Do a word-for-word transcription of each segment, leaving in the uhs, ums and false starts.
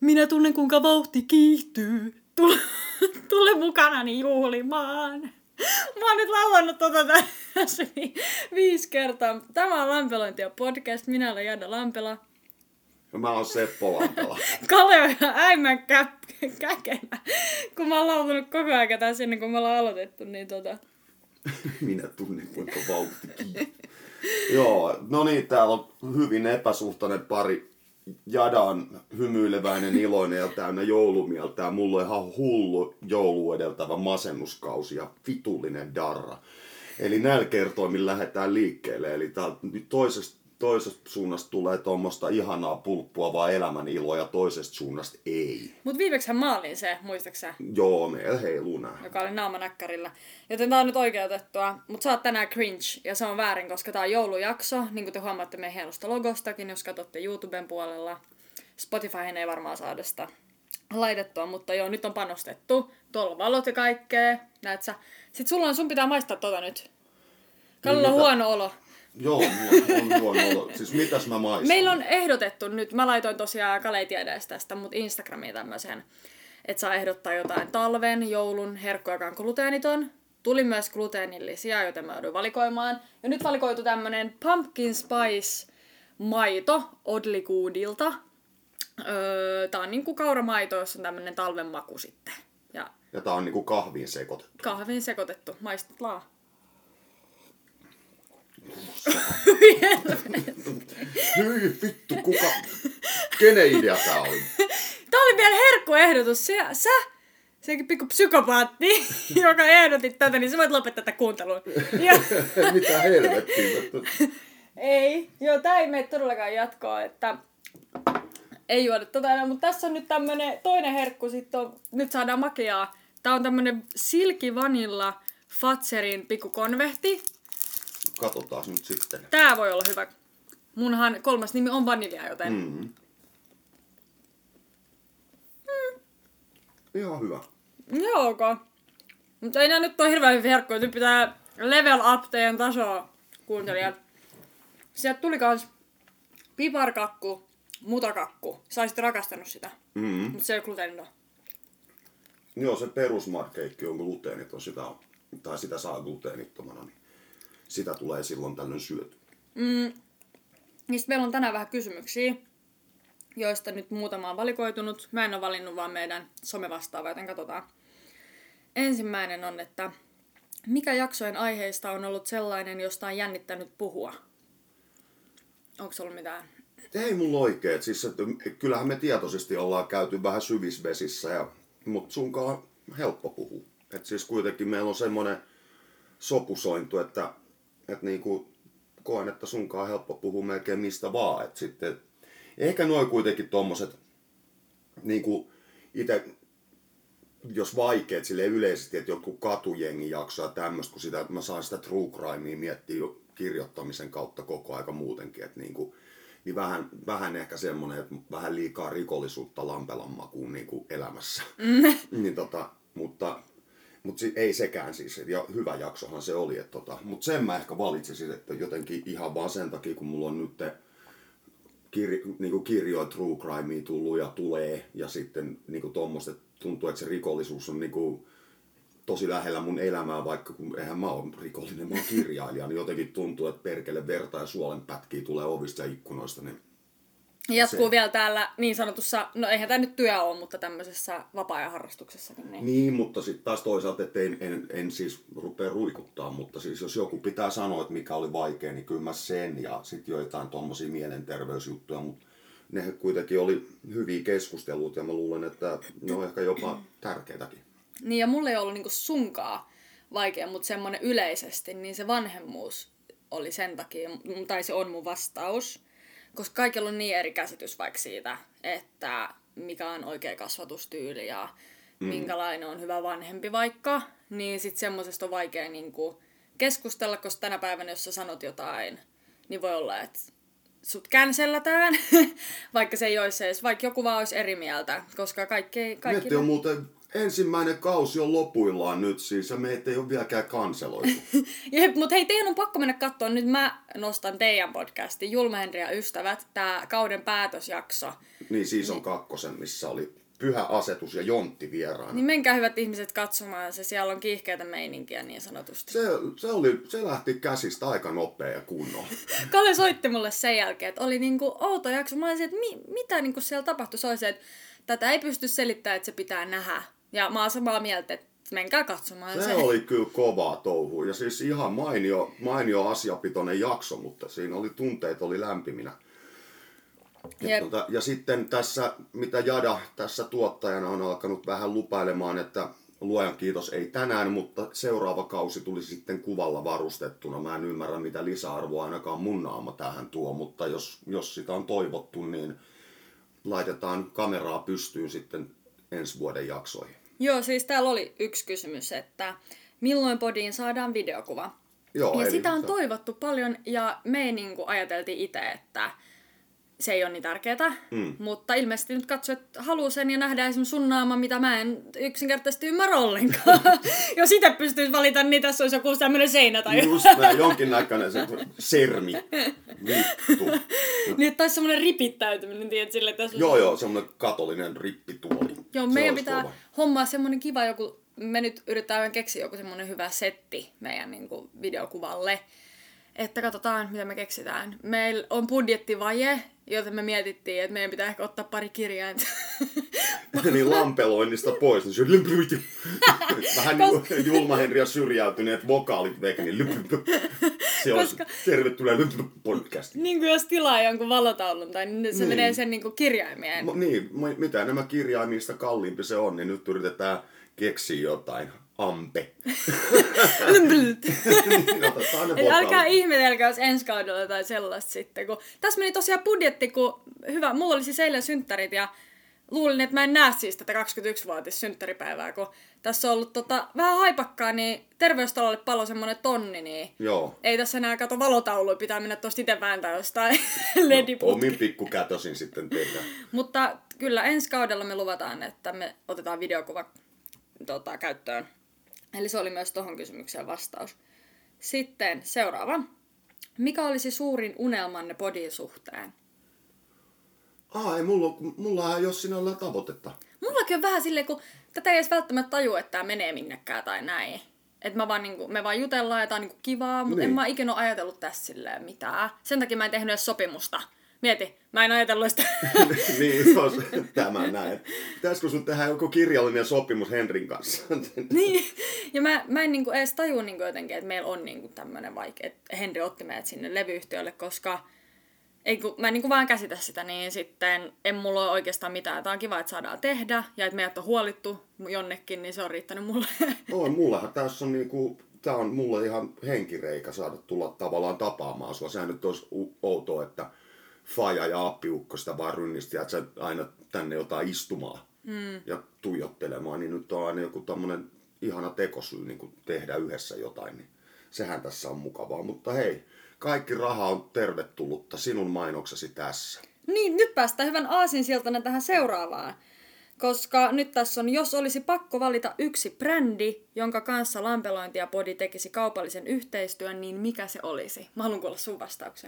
minä tunnen kuinka vauhti kiihtyy. Tule, tule mukanani juhlimaan. Mä oon nyt lauannut tota tässä viisi kertaa. Tämä on Lampelointia podcast. Minä olen Jada Lampela. Mä oon Seppo Lampela. Kalle on ihan äimän kä- käkenä. Kun mä oon lautunut koko ajan tässä ennen kuin me ollaan aloitettu, niin tota... Minä tunnen kuinka vauhti kiihtyy. Joo, no niin, täällä on hyvin epäsuhtainen pari. Jada on hymyileväinen, iloinen ja täynnä joulumieltä. Ja mulla on ihan hullu joulu edeltävä masennuskausi ja vitullinen darra. Eli näillä kertoimin lähdetään liikkeelle. Eli täältä toisesta, toisesta suunnasta tulee tuommoista ihanaa pulppuavaa elämän iloa ja toisesta suunnasta ei. Mut viimeksihän mä olin se, muistaaksä? Joo, meillä heiluu nää. Joka oli naamanäkkärillä. Joten tää on nyt oikeutettua. Mut sä oot tänään cringe ja se on väärin, koska tää on joulujakso. Niin kuin te huomaatte meidän hienosta logostakin, jos katsotte YouTuben puolella. Spotifyhin ei varmaan saada sitä laitettua, mutta joo, nyt on panostettu. Tuolla on valot ja kaikkea. Näet sä? Sit sulla on, sun pitää maistaa tota nyt. Kallella on huono olo. Joo, mulla on huono olo. Siis mitäs mä maistan? Meillä on ehdotettu nyt, mä laitoin tosiaan, Kale ei tiedä edes tästä, mutta Instagramiin tämmöisen, että saa ehdottaa jotain talven, joulun, herkkuja, joka on gluteeniton. Tuli myös gluteenillisia, joten mä joudun valikoimaan. Ja nyt valikoitu tämmönen pumpkin spice maito Oddly Goodilta. Öö, tää on niinku kauramaito, jossa on tämmönen talven maku sitten. Ja, ja tää on niinku kahviin sekoitettu. Kahviin sekoitettu. Maistetaan. Hyi vittu, kuka... Kenen idea tää oli? Tää oli vielä herkkuehdotus. Sä, sä sekin pikku psykopaatti, joka ehdotit tätä, niin sä voit lopettaa tätä kuuntelua. Ja... Mitä helvettiä? Ei. Joo, tää ei mene todellakaan jatkoa, että ei juoda tota enää, mutta tässä on nyt tämmönen toinen herkku, sit on, nyt saadaan makeaa. Tää on tämmönen silki vanilla Fatserin pikku konvehti. Katsotaan nyt sitten. Tää voi olla hyvä. Munhan kolmas nimi on vanilja, joten... Mm. Mm. Ihan hyvä. Joo, ok. Mutta ei nää nyt ole hirveän hyvin herkkuja. Nyt pitää level up teidän tasoa, kuuntelijat. Sieltä tuli kans piparkakku, mutakakku. Sä olisit rakastanut sitä. Mm. Mutta se ei ole gluteenilla. Joo, se perusmarkeikki on gluteeniton. Sitä on, tai sitä saa gluteenittomana, niin sitä tulee silloin tällöin syöty. Mm. Niin sit meillä on tänään vähän kysymyksiä, joista nyt muutama on valikoitunut. Mä en ole valinnut vaan meidän somevastaava, joten katsotaan. Ensimmäinen on, että mikä jaksojen aiheista on ollut sellainen, josta on jännittänyt puhua? Onko ollut mitään? Ei mulla oikein. Siis, että kyllähän me tietoisesti ollaan käyty vähän syvisvesissä, ja, mutta sunkaan on helppo puhua. Et siis kuitenkin meillä on semmoinen sopusointu, että, että niinku, koen, että sunkaan on helppo puhua melkein mistä vaan. Et sitten, ehkä noin kuitenkin tommoset, niinku ite, jos vaikeet silleen yleisesti, että joku katujengi jaksoa tämmöistä, kun sitä, mä saan sitä true crimea miettiä kirjoittamisen kautta koko aika muutenkin, että niinku, niin vähän, vähän ehkä semmoinen, että vähän liikaa rikollisuutta Lampelan makuun niinku elämässä. Mm. niin tota, mutta Mutta si- ei sekään siis, ja hyvä jaksohan se oli, että tota, mutta sen mä ehkä valitsisin, että jotenkin ihan vaan sen takia, kun mulla on nyt kir- niinku kirjoja true crimea tullut ja tulee, ja sitten niinku tommoista, tuntuu, että se rikollisuus on niinku tosi lähellä mun elämää, vaikka kun eihän mä ole rikollinen, mä oon kirjailija, niin jotenkin tuntuu, että perkele verta ja suolenpätkiä tulee ovista ja ikkunoista, niin Jatkuu se... vielä täällä niin sanotussa, no eihän tämä nyt työ ole, mutta tämmöisessä vapaa-ajan harrastuksessakin. Niin, niin mutta sitten taas toisaalta, että en, en, en siis rupea ruikuttaa, mutta siis jos joku pitää sanoa, että mikä oli vaikea, niin kyllä mä sen ja sitten joitain tommosia mielenterveysjuttuja, mutta ne kuitenkin oli hyviä keskusteluita ja mä luulen, että ne on ehkä jopa tärkeitäkin. niin ja mulla ei ollut niinku sunkaa vaikea, mutta semmoinen yleisesti, niin se vanhemmuus oli sen takia, tai se on mun vastaus. Koska kaikilla on niin eri käsitys vaikka siitä, että mikä on oikea kasvatustyyli ja mm. minkälainen on hyvä vanhempi vaikka, niin sit semmosesta on vaikea niinku keskustella, koska tänä päivänä, jos sä sanot jotain, niin voi olla, että sut cancellataan, vaikka se ei olisi edes, vaikka joku vaan olisi eri mieltä, koska kaikki... kaikki Mietti on muuten ensimmäinen kausi on lopuillaan nyt siis, ja meitä ei ole vieläkään kanseloitu. Jep, mutta hei, teidän on pakko mennä katsoa. Nyt mä nostan teidän podcastin, Julma Henri ja ystävät, tää kauden päätösjakso. Niin, siis on kakkosen, missä oli Pyhä Asetus ja Jontti vieraana. Niin menkää hyvät ihmiset katsomaan se, siellä on kiihkeätä meininkiä niin sanotusti. Se, se, oli, se lähti käsistä aika nopea ja kunnolla. Kalle soitti mulle sen jälkeen, että oli niinku outo jakso. Mä olisin, että mi, mitä niinku siellä tapahtui. Se oli se, että tätä ei pysty selittämään, että se pitää nähdä. Ja mä oon samaa mieltä, että menkää katsomaan se. Se oli kyllä kovaa touhua. Ja siis ihan mainio, mainio asiapitoinen jakso, mutta siinä oli tunteet oli lämpiminä. Ja, tuota, ja sitten tässä, mitä Jada tässä tuottajana on alkanut vähän lupailemaan, että luojan kiitos ei tänään, mutta seuraava kausi tuli sitten kuvalla varustettuna. Mä en ymmärrä, mitä lisäarvoa ainakaan mun naama tähän tuo, mutta jos, jos sitä on toivottu, niin laitetaan kameraa pystyyn sitten ensi vuoden jaksoihin. Joo, siis täällä oli yksi kysymys, että milloin podiin saadaan videokuva? Joo, ja eli sitä on se... toivottu paljon ja me niin kuin ajateltiin itse, että se ei ole niin tärkeää, mm. mutta ilmeisesti nyt katsojat haluaa sen ja nähdään esimerkiksi sun naama, mitä mä en yksinkertaisesti ymmärrä ollenkaan. Jos itse pystyisi valita, niin tässä olisi joku tämmöinen seinä tai just näin, jonkinnäköinen se sermi. Vittu. Niin, tai semmoinen ripittäytyminen, tiedät, sille, että tässä Joo, on... joo, semmoinen katolinen rippituoli. Joo, meidän pitää kova. hommaa semmoinen kiva joku, me nyt yritetään keksiä joku semmoinen hyvä setti meidän niin kuin, videokuvalle. Että katsotaan, mitä me keksitään. Meillä on budjettivaje, joten me mietittiin, että meidän pitää ehkä ottaa pari kirjainta. Niin lampeloinnista pois. Niin vähän niin kuin Julma Henri ja syrjäytyneet vokaalit veke, niin se on Koska... tervetuloa podcastiin. Niin kuin jos tilaa jonkun valotaulun, tai niin se niin. menee sen niin kuin kirjaimien. Ma, niin, mitä enemmän kirjaimista kalliimpi se on, niin nyt yritetään keksiä jotain. Ampe. Eli älkää ihmetelkää, jos ensi kaudella tai sellaista sitten. Kun... Tässä meni tosiaan budjetti, kun hyvä, mulla oli siis eilen synttärit ja luulin, että mä en näe siis tätä kaksikymmentäyksivuotis synttäripäivää, kun tässä on ollut tota, vähän haipakkaa, niin terveystalolle palo semmonen tonni, niin joo. Ei tässä enää kato valotauluja, pitää mennä tosta itse vääntää jostain lediputki. No, omin pikkukätösin sitten tehdään. Mutta kyllä ensi kaudella me luvataan, että me otetaan videokuva tota, käyttöön. Eli se oli myös tohon kysymykseen vastaus. Sitten seuraava. Mikä olisi suurin unelmanne podin suhteen? Aa, ei mulla, mulla ei ole sinällä tavoitetta. Mullakin on vähän silleen, kun tätä ei edes välttämättä tajua, että tämä menee minnekään tai näin. Että mä vaan, niinku, me vaan jutellaan ja tää on niinku kivaa, mutta niin. En mä ikinä ole ajatellut tässä silleen mitään. Sen takia mä en tehnyt edes sopimusta. Mieti, mä en ajatellut sitä. Niin, jos tämä näin. Pitäisikö sun tehdä joku kirjallinen sopimus Henrin kanssa? Niin, ja mä, mä en niinku edes tajua niinku jotenkin, että meillä on niinku tämmönen vaikea, että Henri otti meidät sinne levyyhtiölle, koska ei, kun, mä en niinku vaan käsitä sitä, niin sitten en mulla ole oikeastaan mitään. Tää on kiva, että saadaan tehdä, ja että meidät on huolittu jonnekin, niin se on riittänyt mulle. No, mullahan tässä on niinku... Tää on mulle ihan henkireikä saada tulla tavallaan tapaamaan sua. Sehän nyt olisi outoa, että faija ja appiukko sitä vaan rynnisti, että sä aina tänne jotain istumaan mm. ja tuijottelemaan, niin nyt on aina joku tämmönen ihana tekosyy niin tehdä yhdessä jotain, niin sehän tässä on mukavaa. Mutta hei, kaikki raha on tervetullutta, sinun mainoksesi tässä. Niin, nyt päästään hyvän aasinsiltana tähän seuraavaan. Koska nyt tässä on, jos olisi pakko valita yksi brändi, jonka kanssa Lampelointi ja Podi tekisi kaupallisen yhteistyön, niin mikä se olisi? Mä haluan kuulla sun vastauksen.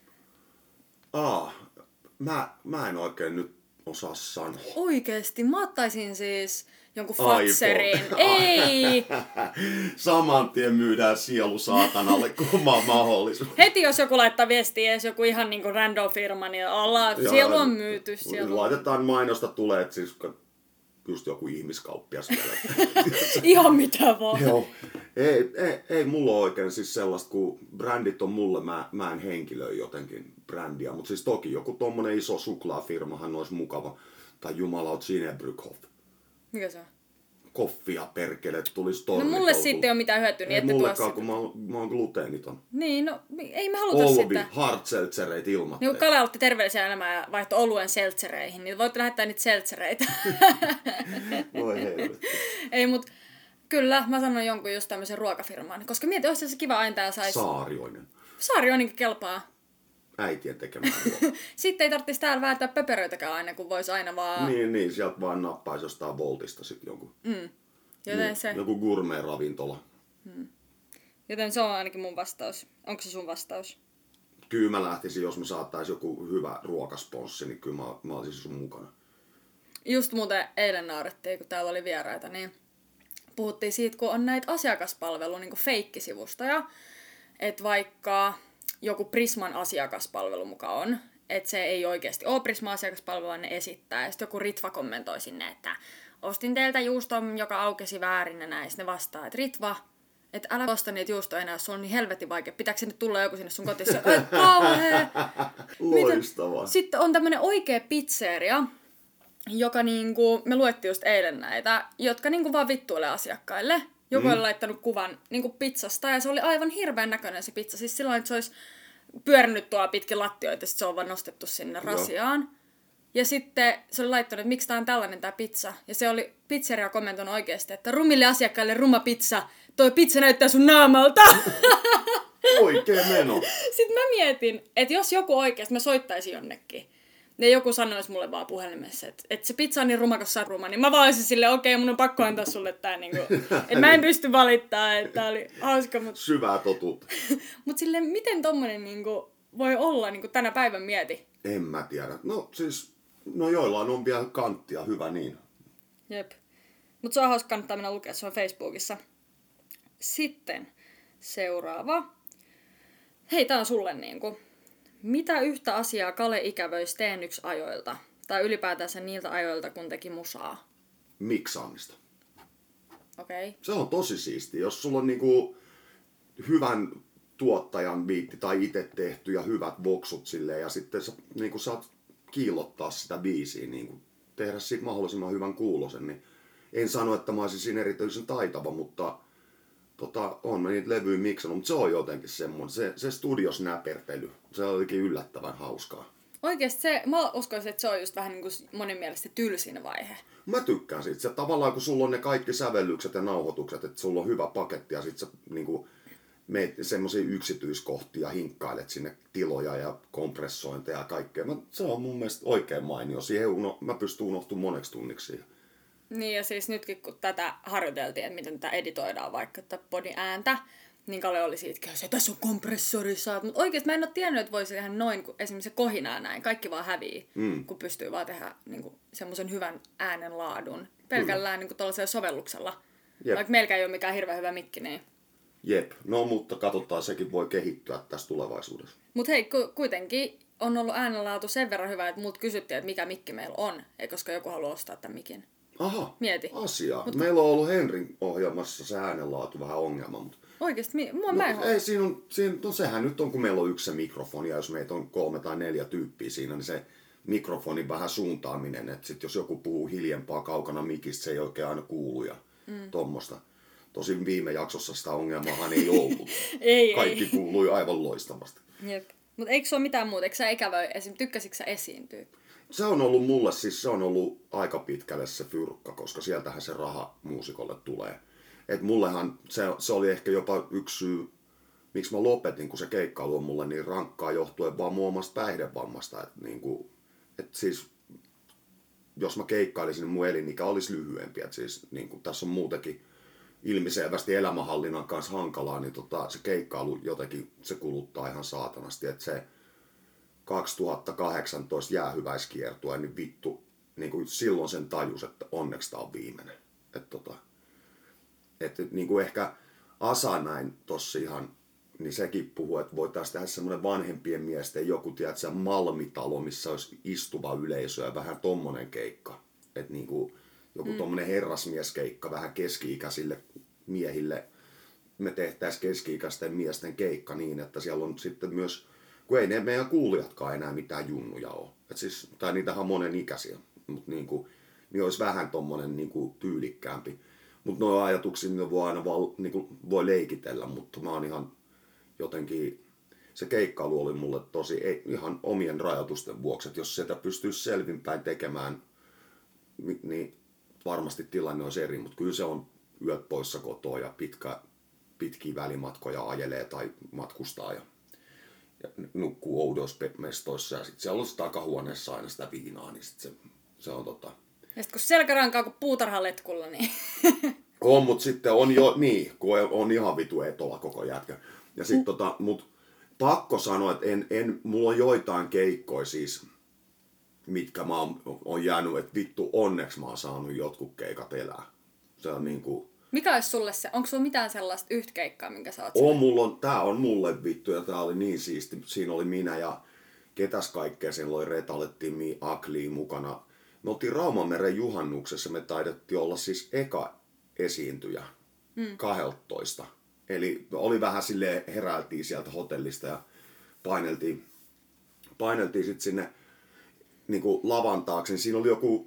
Aa, mä, mä en oikein nyt osaa sanoa. Oikeesti? Mä ottaisin siis jonkun Fatserin. Ei! Saman tien myydään sielu saatanalle, kun mä oon mahdollisuus. Heti jos joku laittaa viestiä, jos joku ihan niinku random firma, niin ollaan, sielu on myyty. Sielu. Laitetaan mainosta tulee, että siis just joku ihmiskauppias vielä. Ihan mitä vaan. Joo. Ei, ei, ei mulla ole oikein siis sellaista, kun brändit on mulle, mä, mä en henkilöi jotenkin brändiä, mutta siis toki joku tommonen iso suklaafirmahan olisi mukava. Tai jumalaut Sinebrykhoff. Mikä se on? Koffia perkele, tulisi tornikoulu. No mulle siitä ei ole mitään hyötyä, niin ei ette mullekaan, tuossa. kun mä oon, mä oon gluteeniton. Niin, no ei me haluta Olvi, sitä. Olvi, hard seltsereit ilmatteet. Niin kun Kalle aloitti terveellisiä elämää ja vaihtoi oluen seltsereihin, niin voitte lähettää niitä seltsereitä. Voi helvetti. Ei, mut kyllä mä sanon jonkun just tämmöisen ruokafirman. Koska mieti, olisi se kiva aina tää sais... Saarioinen. Saarioinenkin kelpaa. äitien tekemään ruokaa. Sitten ei tarvitsisi täällä vääntää pöperöitäkään aina, kun voisi aina vaan... Niin, niin, sieltä vaan nappaisi jostain Voltista sitten jonkun. Mm. Joten niin, se... Joku gourmet-ravintola. Mm. Joten se on ainakin mun vastaus. Onko se sun vastaus? Kyllä mä lähtisin, jos mä saattaisin joku hyvä ruokasponssi, niin kyllä mä, mä olisin sun mukana. Just muuten eilen naurettiin, kun täällä oli vieraita, niin puhuttiin siitä, kun on näitä asiakaspalvelu, niin kuin feikkisivustoja. Että vaikka joku Prisman asiakaspalvelu mukaan on, että se ei oikeasti ole Prisman asiakaspalvelu, vaan ne esittää. Ja sitten joku Ritva kommentoi sinne, että ostin teiltä juuston, joka aukesi väärin ja näin. Sitten ne vastaa, että Ritva, että älä osta niitä juustoja enää, jos se on niin helvetin vaikea. Pitääkö sinne tulla joku sinne sun kotiin? Ai kauhea! Loistavaa. Sitten on tämmönen oikea pizzeria, joka niinku, me luettiin just eilen näitä, jotka niinku vaan vittuilee asiakkaille. Joku mm. oli laittanut kuvan niinku pizzasta ja se oli aivan hirveän näköinen se pizza. Siis silloin, että se olisi pyörinyt tuolla pitkin lattioita ja sit se on vaan nostettu sinne rasiaan. Joo. Ja sitten se oli laittanut, että miksi tää on tällainen tää pizza. Ja se oli pizzeria kommentoinut oikeesti, että rumille asiakkaille ruma pizza. Toi pizza näyttää sun naamalta. Oikein meno. Sitten mä mietin, että jos joku oikeesti, mä soittaisin jonnekin. Ja joku sanoisi mulle vaan puhelimessa, että, että se pizza on niin ruma, kun sä ruma. Niin mä vaan olisin silleen, okei, mun on pakko antaa sulle tää niinku. Että mä en pysty valittaa, että tää oli hauska. Mut... Syvää totuutta. Mut silleen, miten tommonen niinku voi olla niinku tänä päivän mieti? En mä tiedä. No siis, no joillain on vielä kanttia, hyvä niin. Jep. Mut se on hauska, kannattaa mennä lukea, se on Facebookissa. Sitten seuraava. Hei, tää on sulle niinku. Mitä yhtä asiaa Kale ikävöisi teen yksi ajoilta? Tai ylipäätänsä niiltä ajoilta, kun teki musaa? Miksaamista. Okei. Okay. Se on tosi siisti. Jos sulla on niinku hyvän tuottajan biitti tai itse tehty ja hyvät voksut silleen ja sitten sä niinku saat kiillottaa sitä biisiä, niinku, tehdä siitä mahdollisimman hyvän kuulosen, niin en sano, että mä olisin siinä erityisen taitava, mutta tota, on mä niitä levyjä miksannut, mutta se on jotenkin semmoinen, se, se studiosnäpertely, se on jotenkin yllättävän hauskaa. Oikeesti se, mä uskoisin, että se on just vähän niin kuin monen mielestä tylsin vaihe. Mä tykkään siitä, se tavallaan kun sulla on ne kaikki sävellykset ja nauhoitukset, että sulla on hyvä paketti ja sit sä niinku meet semmosia yksityiskohtia, hinkkailet sinne tiloja ja kompressointeja ja kaikkea. Mä, se on mun mielestä oikein mainio. Siihen uno, mä pystyn unohtumaan moneksi tunniksi siihen. Niin ja siis nytkin kun tätä harjoiteltiin, että miten tätä editoidaan vaikka tätä podin ääntä, niin Kalle oli siitä, että tässä on kompressori saat. Mutta oikeesti mä en ole tiennyt, että voisi tehdä noin, kun esimerkiksi se kohinaa näin. Kaikki vaan hävii, mm. kun pystyy vaan tehdä niin semmoisen hyvän äänenlaadun. Pelkällään niin tuollaisella sovelluksella. Jep. Vaikka meilläkään ei ole mikään hirveän hyvä mikki, niin... Jep, no mutta katsotaan, sekin voi kehittyä tässä tulevaisuudessa. Mut hei, ku- kuitenkin on ollut äänenlaatu sen verran hyvä, että multa kysyttiin, että mikä mikki meillä on. Ei koska joku haluaa ostaa tämän mikin. Aha, mieti. Asiaa. Mut meillä on ollut Henrin ohjelmassa se äänenlaatu vähän ongelma, mutta... Oikeesti? Mi- mua no, mä en ei, siinä on, siinä, no sehän nyt on, kun meillä on yksi se mikrofoni, ja jos meitä on kolme tai neljä tyyppiä siinä, niin se mikrofonin vähän suuntaaminen, että sit jos joku puhuu hiljempaa kaukana mikistä, se ei oikein aina kuulu ja mm. tommosta. Tosin viime jaksossa sitä ongelmaahan ei ollut. ei, Kaikki ei. kuului aivan loistavasti. Jep. Mut eikö se ole mitään muuta? Eikö sä ikävöi? Esim. Tykkäsitkö sä esiintyä? Se on ollut mulle, siis se on ollut aika pitkälle se fyrkka, koska sieltähän se raha muusikolle tulee. Et mullehan se, se oli ehkä jopa yksi syy, miksi mä lopetin, kun se keikkailu on mulle niin rankkaa johtuen vaan mun omasta päihdevammasta. Et niinku, et siis, jos mä keikkailisin, niin mun elinikä olisi lyhyempi. Et siis, niinku, tässä on muutenkin ilmiselvästi elämänhallinnan kanssa hankalaa, niin tota, se keikkailu jotenkin se kuluttaa ihan saatanasti. Et se kaksituhattakahdeksantoista jäähyväiskiertue, niin vittu, niin kuin silloin sen tajus, että onneksi tää on viimeinen. Et tota, et, niin kuin ehkä Asa näin tossa ihan, niin sekin puhuu, että voitaisiin tehdä semmoinen vanhempien miesten joku, tiedätkö, Malmitalo, missä olisi istuva yleisö ja vähän tommonen keikka. Että niin kuin joku mm. tommonen herrasmieskeikka vähän keski-ikäisille miehille. Me tehtäisiin keski-ikäisten miesten keikka niin, että siellä on sitten myös, kun ei ne meidän kuulijatkaan enää mitään junnuja ole. Et siis, tai niitähän on monen ikäisiä, mutta niin kuin, niin olisi vähän tommonen niin kuin tyylikkäämpi. Mutta nuo ajatuksia ne voi aina val, niin kuin voi leikitellä, mutta mä oon ihan jotenkin, se keikkailu oli mulle tosi, ei, ihan omien rajoitusten vuoksi, että jos sitä pystyisi selvinpäin tekemään, niin varmasti tilanne olisi eri, mutta kyllä se on yöt poissa kotoa ja pitkä, pitkiä välimatkoja ajelee tai matkustaa. Ja, ja nukkuu oudoissa mestoissa ja sitten siellä on takahuoneessa aina sitä viinaa, niin sit se, se on tota... Ja sit kun selkärankaa kuin puutarhaletkulla, niin... On, mut sitten on jo, niin, kun on ihan vitu etola koko jätkä. Ja sit mm. tota, mut pakko sanoa, että en, en, mulla on joitain keikkoja siis, mitkä mä oon, on jäänyt, että vittu onneksi mä oon saanut jotkut keikat elää. Se on niinku... Mikä olisi sulle se? Onko sulla mitään sellaista yhtä keikkaa, minkä sä oot on, mulla on, tää on mulle vittu ja tää oli niin siisti. Siinä oli minä ja ketäs kaikkea, siinä oli Retalettiin, Mi Akli mukana. Me oltiin Raumanmeren juhannuksessa, me taidettiin olla siis eka esiintyjä mm. kahdeltoista. Eli oli vähän silleen, heräiltiin sieltä hotellista ja paineltiin, paineltiin sitten sinne niin kuin lavan taakse. Siinä oli joku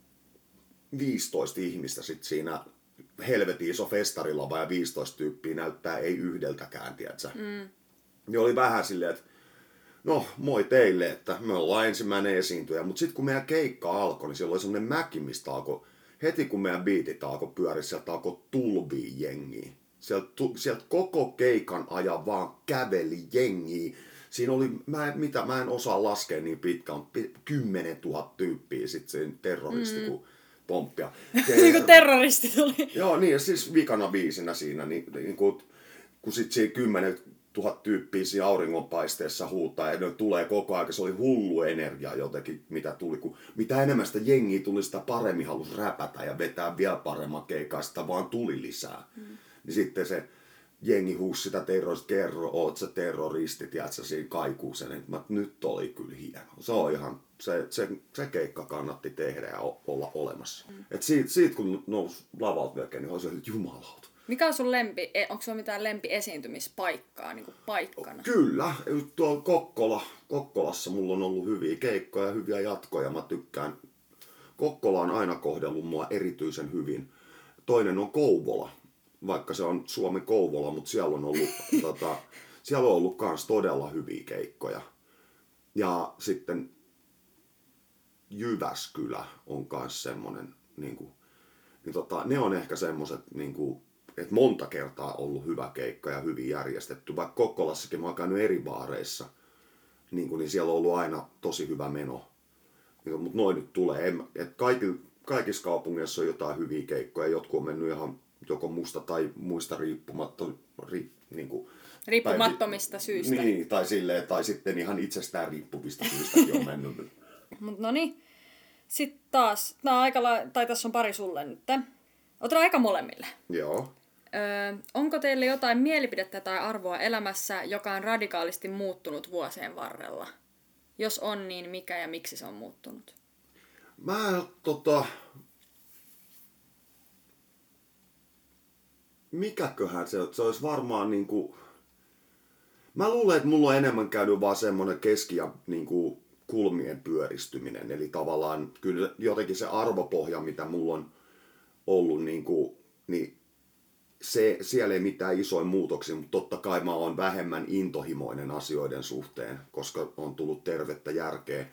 viisitoista ihmistä sit siinä helvetin iso festarilava ja viisitoista tyyppiä näyttää ei yhdeltäkään, tiedätkö? Mm. Niin oli vähän silleen, että no moi teille, että me ollaan ensimmäinen esiintyjä. Mutta sitten kun meidän keikka alkoi, niin siellä oli semmoinen mäki, mistä alkoi, heti kun meidän biitit alkoi pyöriä, sieltä alkoi tulvia jengiä. Sieltä, sieltä koko keikan ajan vaan käveli jengiä. Siinä oli, mä en, mitä, mä en osaa laskea niin pitkään, kymmenen tuhat tyyppiä sitten siinä terroristi, mm. kun pomppia. Niin kuin terroristi tuli. Joo, niin, siis vikana biisinä siinä, niin, niin kun, kun sitten siinä kymmenen tuhat tyyppiä siinä auringonpaisteessa huutaa ja ne tulee koko ajan, se oli hullu energia jotenkin, mitä tuli. Kun, mitä enemmän sitä jengiä tuli, sitä paremmin halusi räpätä ja vetää vielä paremman keikaa, sitä vaan tuli lisää. Mm. Niin sitten se jengi huusi sitä terrorista, kerro, oot sä terroristi, tiedät sä siinä kaikuu sen, että nyt oli kyllä hieno. Se on ihan, se, se, se keikka kannatti tehdä ja olla olemassa. Mm. Et siitä, siitä kun nousi lavalta melkein, niin oli se, että jumalauta. Mikä on sun lempi, onko sulla mitään lempiesiintymispaikkaa, niin kuin paikkana? Kyllä, tuolla Kokkola, Kokkolassa mulla on ollut hyviä keikkoja ja hyviä jatkoja. Mä tykkään, Kokkola on aina kohdellut mua erityisen hyvin. Toinen on Kouvola, vaikka se on Suomi Kouvola, mutta siellä on ollut, tota, siellä on ollut kans todella hyviä keikkoja. Ja sitten Jyväskylä on kans semmonen, niin kuin, niin tota, ne on ehkä semmoset, niin kuin, että monta kertaa ollut hyvä keikka ja hyvin järjestetty. Vaikka Kokkolassakin mä oon käynyt eri baareissa, niin, kuin, niin siellä on ollut aina tosi hyvä meno. Niin, mutta noin nyt tulee. Et kaikki, kaikissa kaupungeissa on jotain hyviä keikkoja. Jotkut on mennyt ihan joko musta tai muista riippumatta, ri, niin kuin, riippumattomista tai, syistä. Niin, tai, silleen, tai sitten ihan itsestään riippuvista syistäkin on mennyt. Mut no niin. Sitten taas, tää on aika la... tai tässä on pari sulle nyt. Otetaan aika molemmille. Joo. Öö, onko teille jotain mielipidettä tai arvoa elämässä, joka on radikaalisti muuttunut vuosien varrella? Jos on, niin mikä ja miksi se on muuttunut? Mä tota... Mikäköhän se, se olisi varmaan niinku... Mä luulen, että mulla on enemmän käynyt vaan semmonen keski- ja niinku kulmien pyöristyminen. Eli tavallaan kyllä jotenkin se arvopohja, mitä mulla on ollut, niinku, niin se, siellä ei mitään isoja muutoksia, mutta totta kai mä oon vähemmän intohimoinen asioiden suhteen, koska on tullut tervettä järkeä.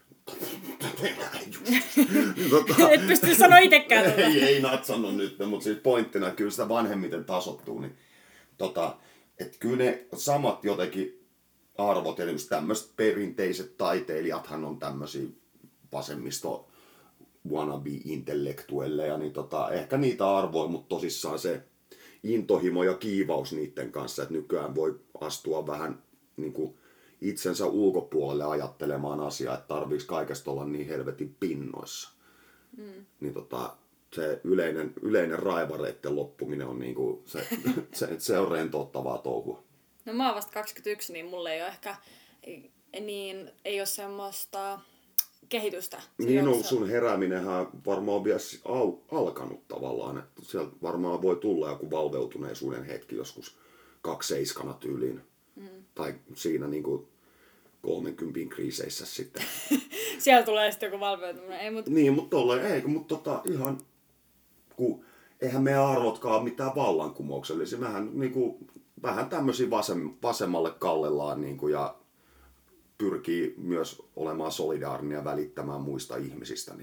tota, et pysty sanoa itsekään. Tota. ei, ei natsannut nyt, mutta siis pointtina kyllä sitä vanhemmiten tasottuu. Niin, tota, että kyllä ne samat jotenkin arvot, eli just tämmöiset perinteiset taiteilijathan on tämmöisiä vasemmisto wannabe-intellektuelleja, niin tota, ehkä niitä arvoja, mutta tosissaan se intohimo ja kiivaus niiden kanssa, että nykyään voi astua vähän niin kuin itsensä ulkopuolelle ajattelemaan asiaa, että tarviiko kaikesta olla niin helvetin pinnoissa. Mm. Niin tota, se yleinen, yleinen raivareitten loppuminen on niinku, se, se, se on rentouttavaa touhua. No mä oon vasta kaksikymmentäyksi, niin mulla ei ole ehkä niin, ei ole semmoista kehitystä. Niin no, sun herääminenhän varmaan on vielä au, alkanut tavallaan. Että sieltä varmaan voi tulla joku valveutuneisuuden hetki joskus kaksiseiskana tyyliin. Mm. Tai siinä niinku kolmenkympin kriiseissä sitten. Siellä tulee sitten joku valveutuminen. Ei, mut... Niin, mutta tolleen, ei, mutta tota, ihan, kun eihän meidän arvotkaan ole mitään vallankumouksellisia. Mehän niinku, vähän tämmöisiä vasem, vasemmalle kallellaan niinku, ja pyrkii myös olemaan solidaarinen ja välittämään muista ihmisistä. Niin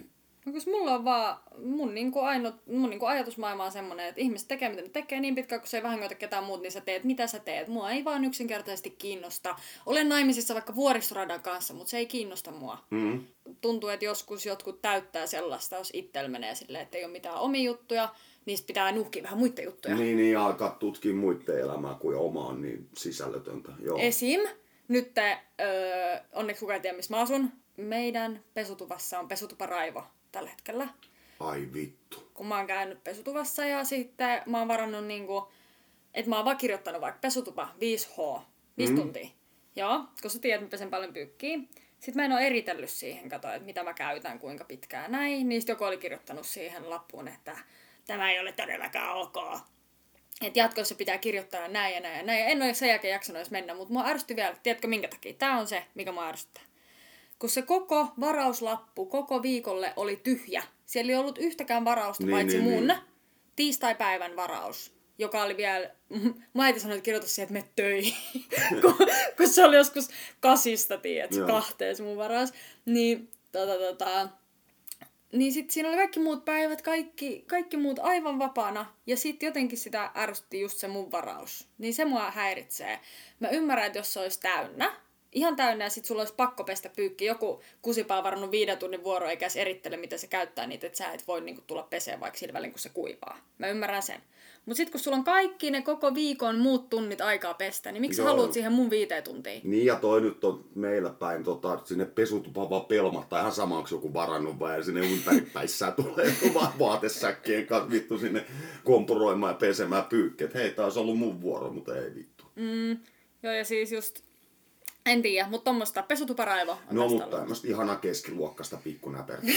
No koska mulla on vaan, mun, niinku ainut, mun niinku ajatusmaailma on semmonen, että ihmiset tekee mitä ne tekee niin pitkään, kun se ei vahingoita ketään muut, niin sä teet mitä sä teet. Mua ei vaan yksinkertaisesti kiinnosta. Olen naimisissa vaikka Vuoristoradan kanssa, mutta se ei kiinnosta mua. Mm. Tuntuu, että joskus jotkut täyttää sellaista, jos itsellä menee silleen, että ei ole mitään omia juttuja, niistä pitää nuhkia vähän muita juttuja. Niin, niin alkaa tutkia muiden elämää kuin omaan, niin sisällötöntä. Joo. Esim. Nyt öö, onneksi kukaan ei tiedä, missä mä asun. Meidän pesutuvassa on pesutuparaivo tällä hetkellä. Ai vittu. Kun mä oon käynyt pesutuvassa ja sitten mä oon varannut niinku, että mä oon vaan kirjoittanut vaikka pesutupa viisi H, viisi mm. tuntia. Joo, koska tiedät, että mä pesen paljon pyykkiä. Sitten mä en oo eritellyt siihen, kato, että mitä mä käytän, kuinka pitkään näin. Niistä joku oli kirjoittanut siihen lappuun, että tämä ei ole todellakaan ok. Että jatkossa pitää kirjoittaa näin ja näin ja näin. Ja en ole sen jälkeen jaksanut edes mennä, mutta mua ärsytti vielä, tiedätkö minkä takia? Tää on se, mikä mua ärsyttää. Kun se koko varauslappu koko viikolle oli tyhjä. Siellä ei ollut yhtäkään varausta, niin, paitsi niin, mun niin. tiistaipäivän varaus, joka oli vielä, mä äiti sanoi, että kirjoita siihen, että mene töihin. kun, kun se oli joskus kasista, tiedät, se kahteen se mun varaus. Niin, tota, tota, niin sit siinä oli kaikki muut päivät, kaikki, kaikki muut aivan vapaana. Ja sit jotenkin sitä ärsytti just se mun varaus. Niin se mua häiritsee. Mä ymmärrän, että jos se olisi täynnä, ihan täynnä ja sit sulla olisi pakko pestä pyykki. Joku kusipaa on varannut viiden tunnin vuoro eikä edes erittele, miten se käyttää niitä, että sä et voi niinku tulla peseen vaikka sillä välin, kun se kuivaa. Mä ymmärrän sen. Mut sit kun sulla on kaikki ne koko viikon muut tunnit aikaa pestä, niin miksi sä haluat siihen mun viiteen tuntiin? Niin ja toi nyt on meillä päin, tota, sinne pesutupaan vaan pelmahtaa ihan sama, onko joku varannut vai ja sinne ympäripäissään tulee vaan vaatesäkkien kanssa vittu sinne kompuroimaan ja pesemään pyykkeet. Hei, tää olisi ollut mun vuoro, mutta ei vittu. Mm, joo ja siis just... En tiedä, mutta tommoista pesutuparaivo. No, mutta tämmöistä ihanaa keskiluokkasta pikkunäpertiä.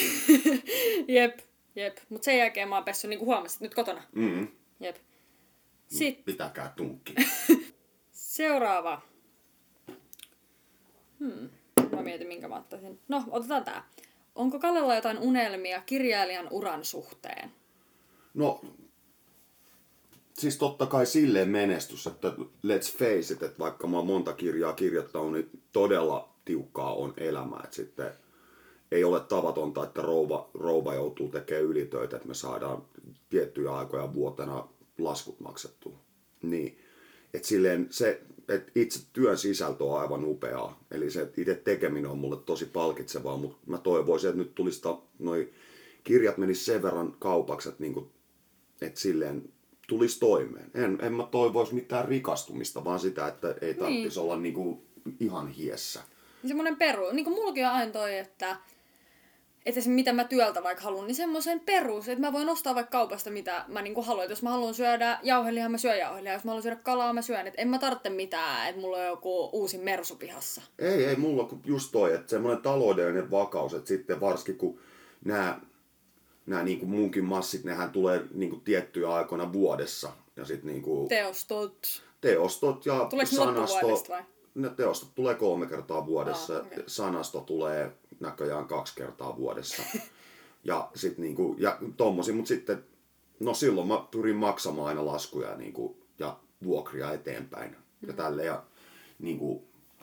jep, jep. Mutta sen jälkeen mä oon pessyt, niin kuin huomasit, nyt kotona. Mm-hmm. Jep. Sitten. Pitäkää tunkki. Seuraava. Hmm. Mä mietin, minkä mä ottaisin. No, otetaan tää. Onko Kallella jotain unelmia kirjailijan uran suhteen? No... Siis totta kai silleen menestys, että let's face it, että vaikka mä oon monta kirjaa kirjoittanut, niin todella tiukkaa on elämä. Että sitten ei ole tavatonta, että rouva, rouva joutuu tekemään ylitöitä, että me saadaan tiettyjä aikoja vuotena laskut maksettua. Niin. Että silleen se, että itse työn sisältö on aivan upeaa. Eli se itse tekeminen on mulle tosi palkitsevaa, mutta mä toivoisin, että nyt tulisi noi kirjat menis sen verran kaupaksi, että, niinku, että silleen tulisi toimeen. En, en mä toivoisi mitään rikastumista, vaan sitä, että ei tarvitsisi niin. olla niinku ihan hiessä. Semmoinen peru. Niin kuin mullakin on aina toi, että, että se mitä mä työltä vaikka haluan, niin semmoisen perus, että mä voin ostaa vaikka kaupasta mitä mä niinku haluan. Että jos mä haluan syödä jauhelihaa, mä syön jauhelihaa. Jos mä haluan syödä kalaa, mä syön. Että en mä tarvitse mitään, että mulla on joku uusi mersu pihassa. Ei, ei mulla on just toi, että semmoinen taloudellinen vakaus, että sitten varsinkin kun nämä Nämä niin kuin munkin massit, nehän tulee niin kuin tiettyjä aikoina vuodessa. Ja sit niin kuin teostot. Teostot ja tuleeko sanasto. Vai? Ne teostot tulee kolme kertaa vuodessa. Ah, okay. Sanasto tulee näköjään kaksi kertaa vuodessa. ja sit niin kuin, ja tommosia, mutta sitten, no silloin mä pyrin maksamaan aina laskuja niin kuin, ja vuokria eteenpäin. Mm. Ja tälle ja niin kuin,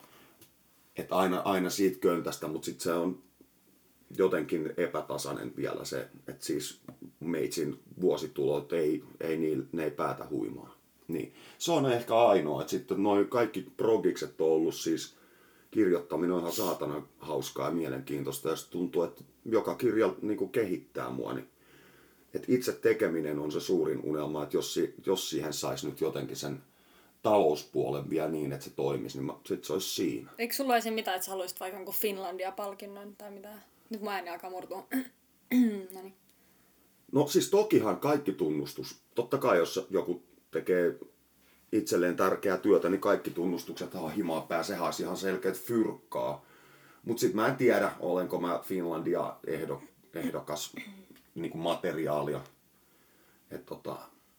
että aina, aina siitä köntästä, mutta sitten se on jotenkin epätasainen vielä se, että siis meitsin vuositulot ei, ei niil, ne ei päätä huimaa. Niin. Se on ehkä ainoa, että sitten noi kaikki progikset on ollut siis, kirjoittaminen on ihan saatana hauskaa ja mielenkiintoista ja tuntuu, että joka kirja niin kuin kehittää mua, niin että itse tekeminen on se suurin unelma, että jos, jos siihen saisi nyt jotenkin sen talouspuolen vielä niin, että se toimisi, niin sitten se olisi siinä. Eikö sulla olisi mitään, että sä haluaisit vaikka jonkun Finlandia-palkinnon tai mitään? Nyt mun ääni alkaa murtua. Noniin. No siis tokihan kaikki tunnustus. Totta kai jos joku tekee itselleen tärkeää työtä, niin kaikki tunnustukset on himaa pää. Sehän olisi ihan selkeät fyrkkaa. Mutta sitten mä en tiedä, olenko mä Finlandia ehdo, ehdokas niin kuin materiaalia. Et tota,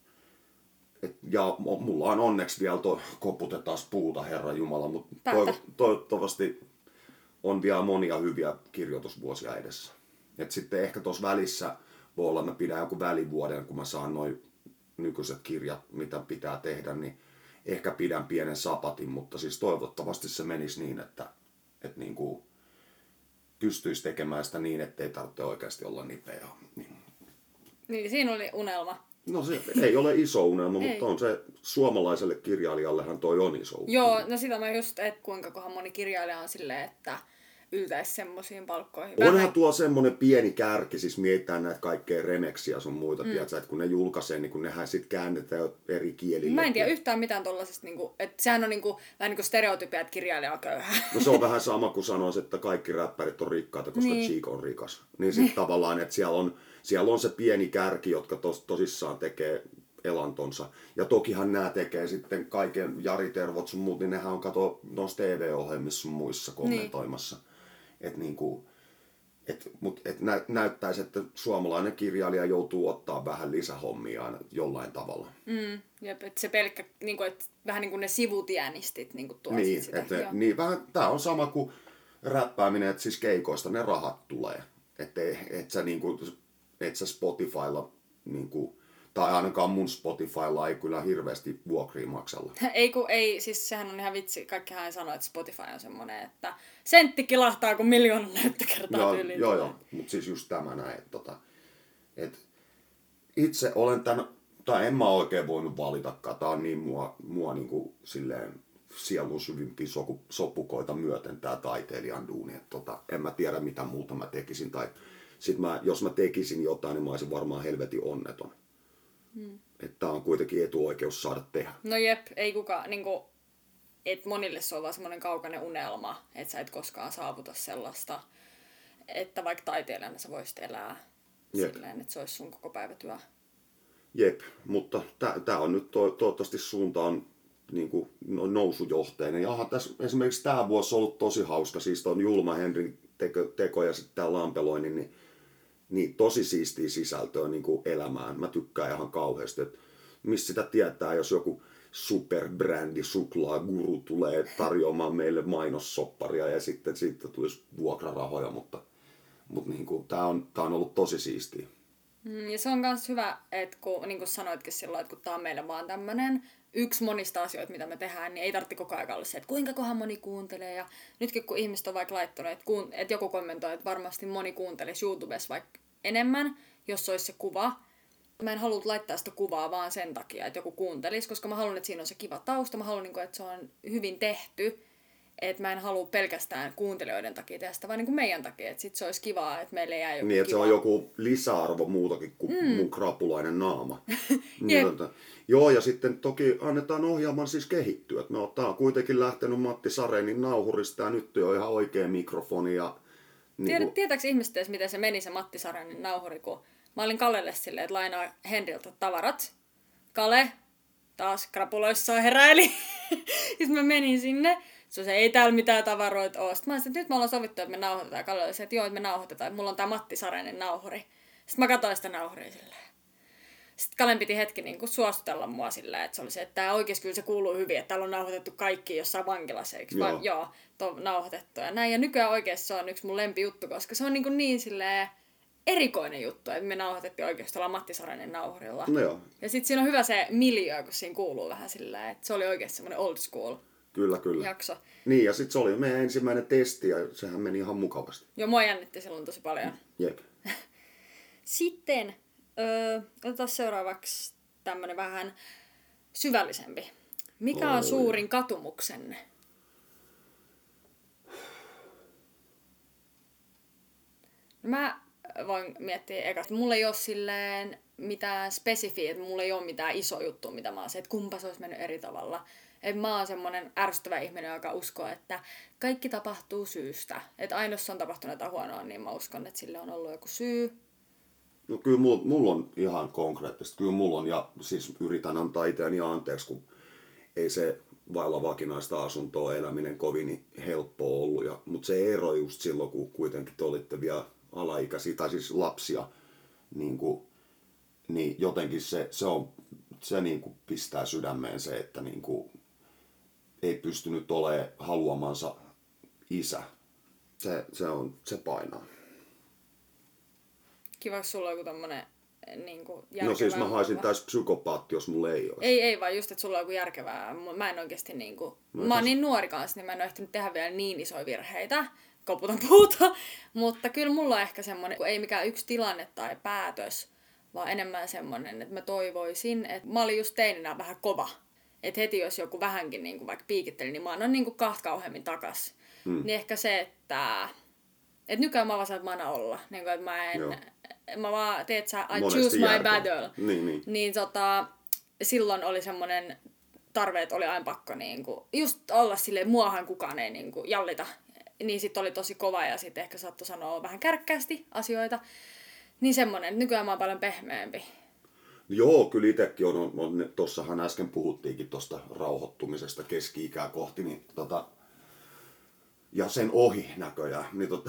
et, ja mulla on onneksi vielä to, koputetaan puuta, Herra Jumala, mutta toiv- toivottavasti on vielä monia hyviä kirjoitusvuosia edessä. Et sitten ehkä tuossa välissä voi olla, että mä pidän joku välivuoden, kun mä saan noin nykyiset kirjat, mitä pitää tehdä, niin ehkä pidän pienen sapatin, mutta siis toivottavasti se menisi niin, että, että, niinku, pystyisi tekemään sitä niin, ettei tarvitse oikeasti olla nipeä. Niin. Niin, siinä oli unelma. No se ei ole iso unelma, ei. Mutta on se suomalaiselle kirjailijallehan toi on iso unelma. Joo, no sitä mä just, että kuinka kohan moni kirjailija on silleen, että yltäisi semmosiin palkkoihin. Onhan Vähän... tuo semmonen pieni kärki, siis mietitään näitä kaikkea remeksiä sun muita, mm. tiedätkö, että kun ne julkaisee, niin kun nehän sit käännetään eri kielille. Mä en tiedä yhtään mitään tollasesta, niinku, että sehän on niinku, vähän niin kuin stereotypia, että kirjailija on köyhä. No se on vähän sama kuin sanoisi, että kaikki räppärit on rikkaita, koska niin. Cheek on rikas. Niin sit tavallaan, että siellä on, siellä on se pieni kärki, jotka tos, tosissaan tekee elantonsa. Ja tokihan nämä tekee sitten kaiken, Jari Tervot sun muut, niin nehän on kato noissa T V-ohjelmissa sun muissa kommentoimassa. Niin. Et niinku, et, mut, et nä, näyttäisi, että suomalainen kirjailija joutuu ottaa vähän lisähommia aina jollain tavalla. Mm, jep, että se pelkkä, niinku, et, vähän niin kuin ne sivutienistit niinku tuo niin, sitä. Et, niin, vähän, tää on sama kuin räppääminen, että siis keikoista ne rahat tulee. Että et sä, niinku, et sä Spotifylla, niinku, tai ainakaan mun Spotifylla ei kyllä hirveästi vuokria maksella. Ei kun ei, siis sehän on ihan vitsi. Kaikkihan ei sano, että Spotify on semmoinen, että sentti kilahtaa kun miljoonan näyttökertaa joo, tyyliin. Joo, joo, mutta siis just tämä näin, että tota, et itse olen tän, tai en mä oikein voinut valitakaan, tää on niin mua, mua niinku silleen sielun syvimpiä soku, sopukoita myöten tää taiteilijan duuni, että tota, en mä tiedä mitä muuta mä tekisin, tai sit mä, jos mä tekisin jotain, niin mä olisin varmaan helvetin onneton. Hmm. Että tää on kuitenkin etuoikeus saada tehdä. No jep, ei kukaan, niinku, et monille se on vaan semmoinen kaukainen unelma, että sä et koskaan saavuta sellaista, että vaikka taiteilijana sä voisit elää jep. silleen, että se olisi sun koko päivätyö. Jep, mutta tää on nyt to, toivottavasti suunta on niinku nousujohteinen. Ja aha, tässä esimerkiksi tää vuosi on ollut tosi hauska, siis ton Julma Henrin teko, teko ja sitten tää Lampeloinnin, niin niin tosi siistiä sisältöä niin kuin elämään. Mä tykkään ihan kauheasti, että missä sitä tietää, jos joku superbrändi suklaaguru tulee tarjoamaan meille mainossopparia ja sitten siitä tulisi vuokrarahoja, mutta, mutta niin kuin, tää on, tää on ollut tosi siistiä. Mm, ja se on myös hyvä, että kun, niin kuin sanoitkin silloin, että kun tää on meille vaan tämmönen yksi monista asioita, mitä me tehdään, niin ei tarvitse koko ajan olla se, että kuinka kohan moni kuuntelee. Ja nytkin kun ihmiset on vaikka laittanut, että, kuun, että joku kommentoi, että varmasti moni kuuntelisi YouTubessa vaikka enemmän, jos olisi se kuva. Mä en halua laittaa sitä kuvaa vaan sen takia, että joku kuuntelisi, koska mä haluan, että siinä on se kiva tausta. Mä haluan, että se on hyvin tehty. Että mä en halua pelkästään kuuntelijoiden takia tehdä sitä, vaan niin kuin meidän takia. Että sit se olisi kivaa, että meille jää joku niin, että kiva. se on joku lisäarvo muutakin kuin mm. mun krapulainen naama. niin, että, joo, ja sitten toki annetaan ohjelman siis kehittyä. Me ottaa kuitenkin lähtenyt Matti Sarenin nauhurista ja nyt on ihan oikea mikrofoni. Ja, niin Tiedät, kuin... Tietääks ihmiset edes, miten se meni se Matti Sarenin nauhuri, kun mä olin Kalelle silleen, että lainaa Henriltä tavarat. Kale taas krapuloissaan heräili. Sitten mä menin sinne. Se on se, ei täällä mitään tavaroita ole. Sitten mä sanoin, että nyt me ollaan sovittu, että me nauhoitetaan. Ja Kalle oli se, että joo, että me nauhoitetaan. Että mulla on tää Matti Sarenin nauhuri. Sitten mä katsoin sitä nauhuria silleen. Sitten Kalen piti hetki niin kuin suostutella mua silleen, että se oli se, että tää oikeesti kyllä se kuuluu hyvin, että täällä on nauhoitettu kaikki jossain vankilassa, eikö? Joo. Va- joo, to, nauhoitettu ja näin. Ja nykyään oikeesti se on yksi mun lempijuttu, koska se on niin, kuin niin silleen erikoinen juttu, että me nauhoitettiin oikeesti tuolla Matti Sarenin nauhurilla. No joo. Ja sit siinä on hyvä se miljöö, kun siinä kuuluu vähän silleen, että se oli oikeesti semmoinen old school. Kyllä, kyllä. Jakso. Niin, ja sitten se oli meidän ensimmäinen testi, ja sehän meni ihan mukavasti. Joo, mua jännitti silloin tosi paljon. Jep. Sitten, öö, otetaan seuraavaksi tämmönen vähän syvällisempi. Mikä on Oi. suurin katumuksenne? Mä voin miettiä eka, että mulla ei ole silleen mitään spesifiä, että mulla ei ole mitään iso juttu, mitä mä oon se, että kumpa se olisi mennyt eri tavalla. Et mä oon semmonen ärsyttävä ihminen, joka uskoo, että kaikki tapahtuu syystä. Että aina jos on tapahtunut jotain huonoa, niin mä uskon, että sille on ollut joku syy. No kyllä mulla, mulla on ihan konkreettista. Kyllä mulla on, ja siis yritän antaa itseäni anteeksi, kun ei se vailla vakinaista asuntoa eläminen kovin helppoa ollut. Ja, mutta se ero just silloin, kun kuitenkin te olitte vielä alaikäisiä, tai siis lapsia, niin, kuin, niin jotenkin se, se, on, se niin kuin pistää sydämeen se, että niin kuin ei pystynyt olemaan haluamansa isä. Se, se, on, se painaa. Kiva, jos sulla on joku tommonen niin kuin järkevää. No siis mä haisin täys psykopaatti, jos mulla ei olisi. Ei, ei vaan just, että sulla on joku järkevää. Mä en oikeesti niinku... Mä, mä oon niin nuori kanssa, niin mä en ole ehtinyt tehdä vielä niin isoja virheitä. koputan puuta. Mutta kyllä mulla on ehkä semmoinen, ei mikään yksi tilanne tai päätös, vaan enemmän semmoinen, että mä toivoisin, että mä olin just teininä vähän kova. Että heti jos joku vähänkin niin kuin vaikka piikitteli, niin mä annan niin kuin kahta kauheammin takas. Mm. Niin ehkä se, että, että nykyään mä vaan saan, että mä annan olla. Niin kuin, että mä en, Joo. mä vaan, teet sä, I Monesti choose my järkeä. battle. Niin, niin. Niin tota, silloin oli semmoinen tarve, että oli aina pakko niin kuin, just olla silleen, muahan kukaan ei niin kuin, jallita. Niin sit oli tosi kova ja sit ehkä saattoi sanoa vähän kärkkäästi asioita. Niin semmoinen, nykyään mä oon paljon pehmeämpi. Joo, kyllä itsekin on, on, on tossahan äsken puhuttiinkin tuosta rauhoittumisesta keski-ikää kohti, niin tota, ja sen ohi näköjään, niin tota,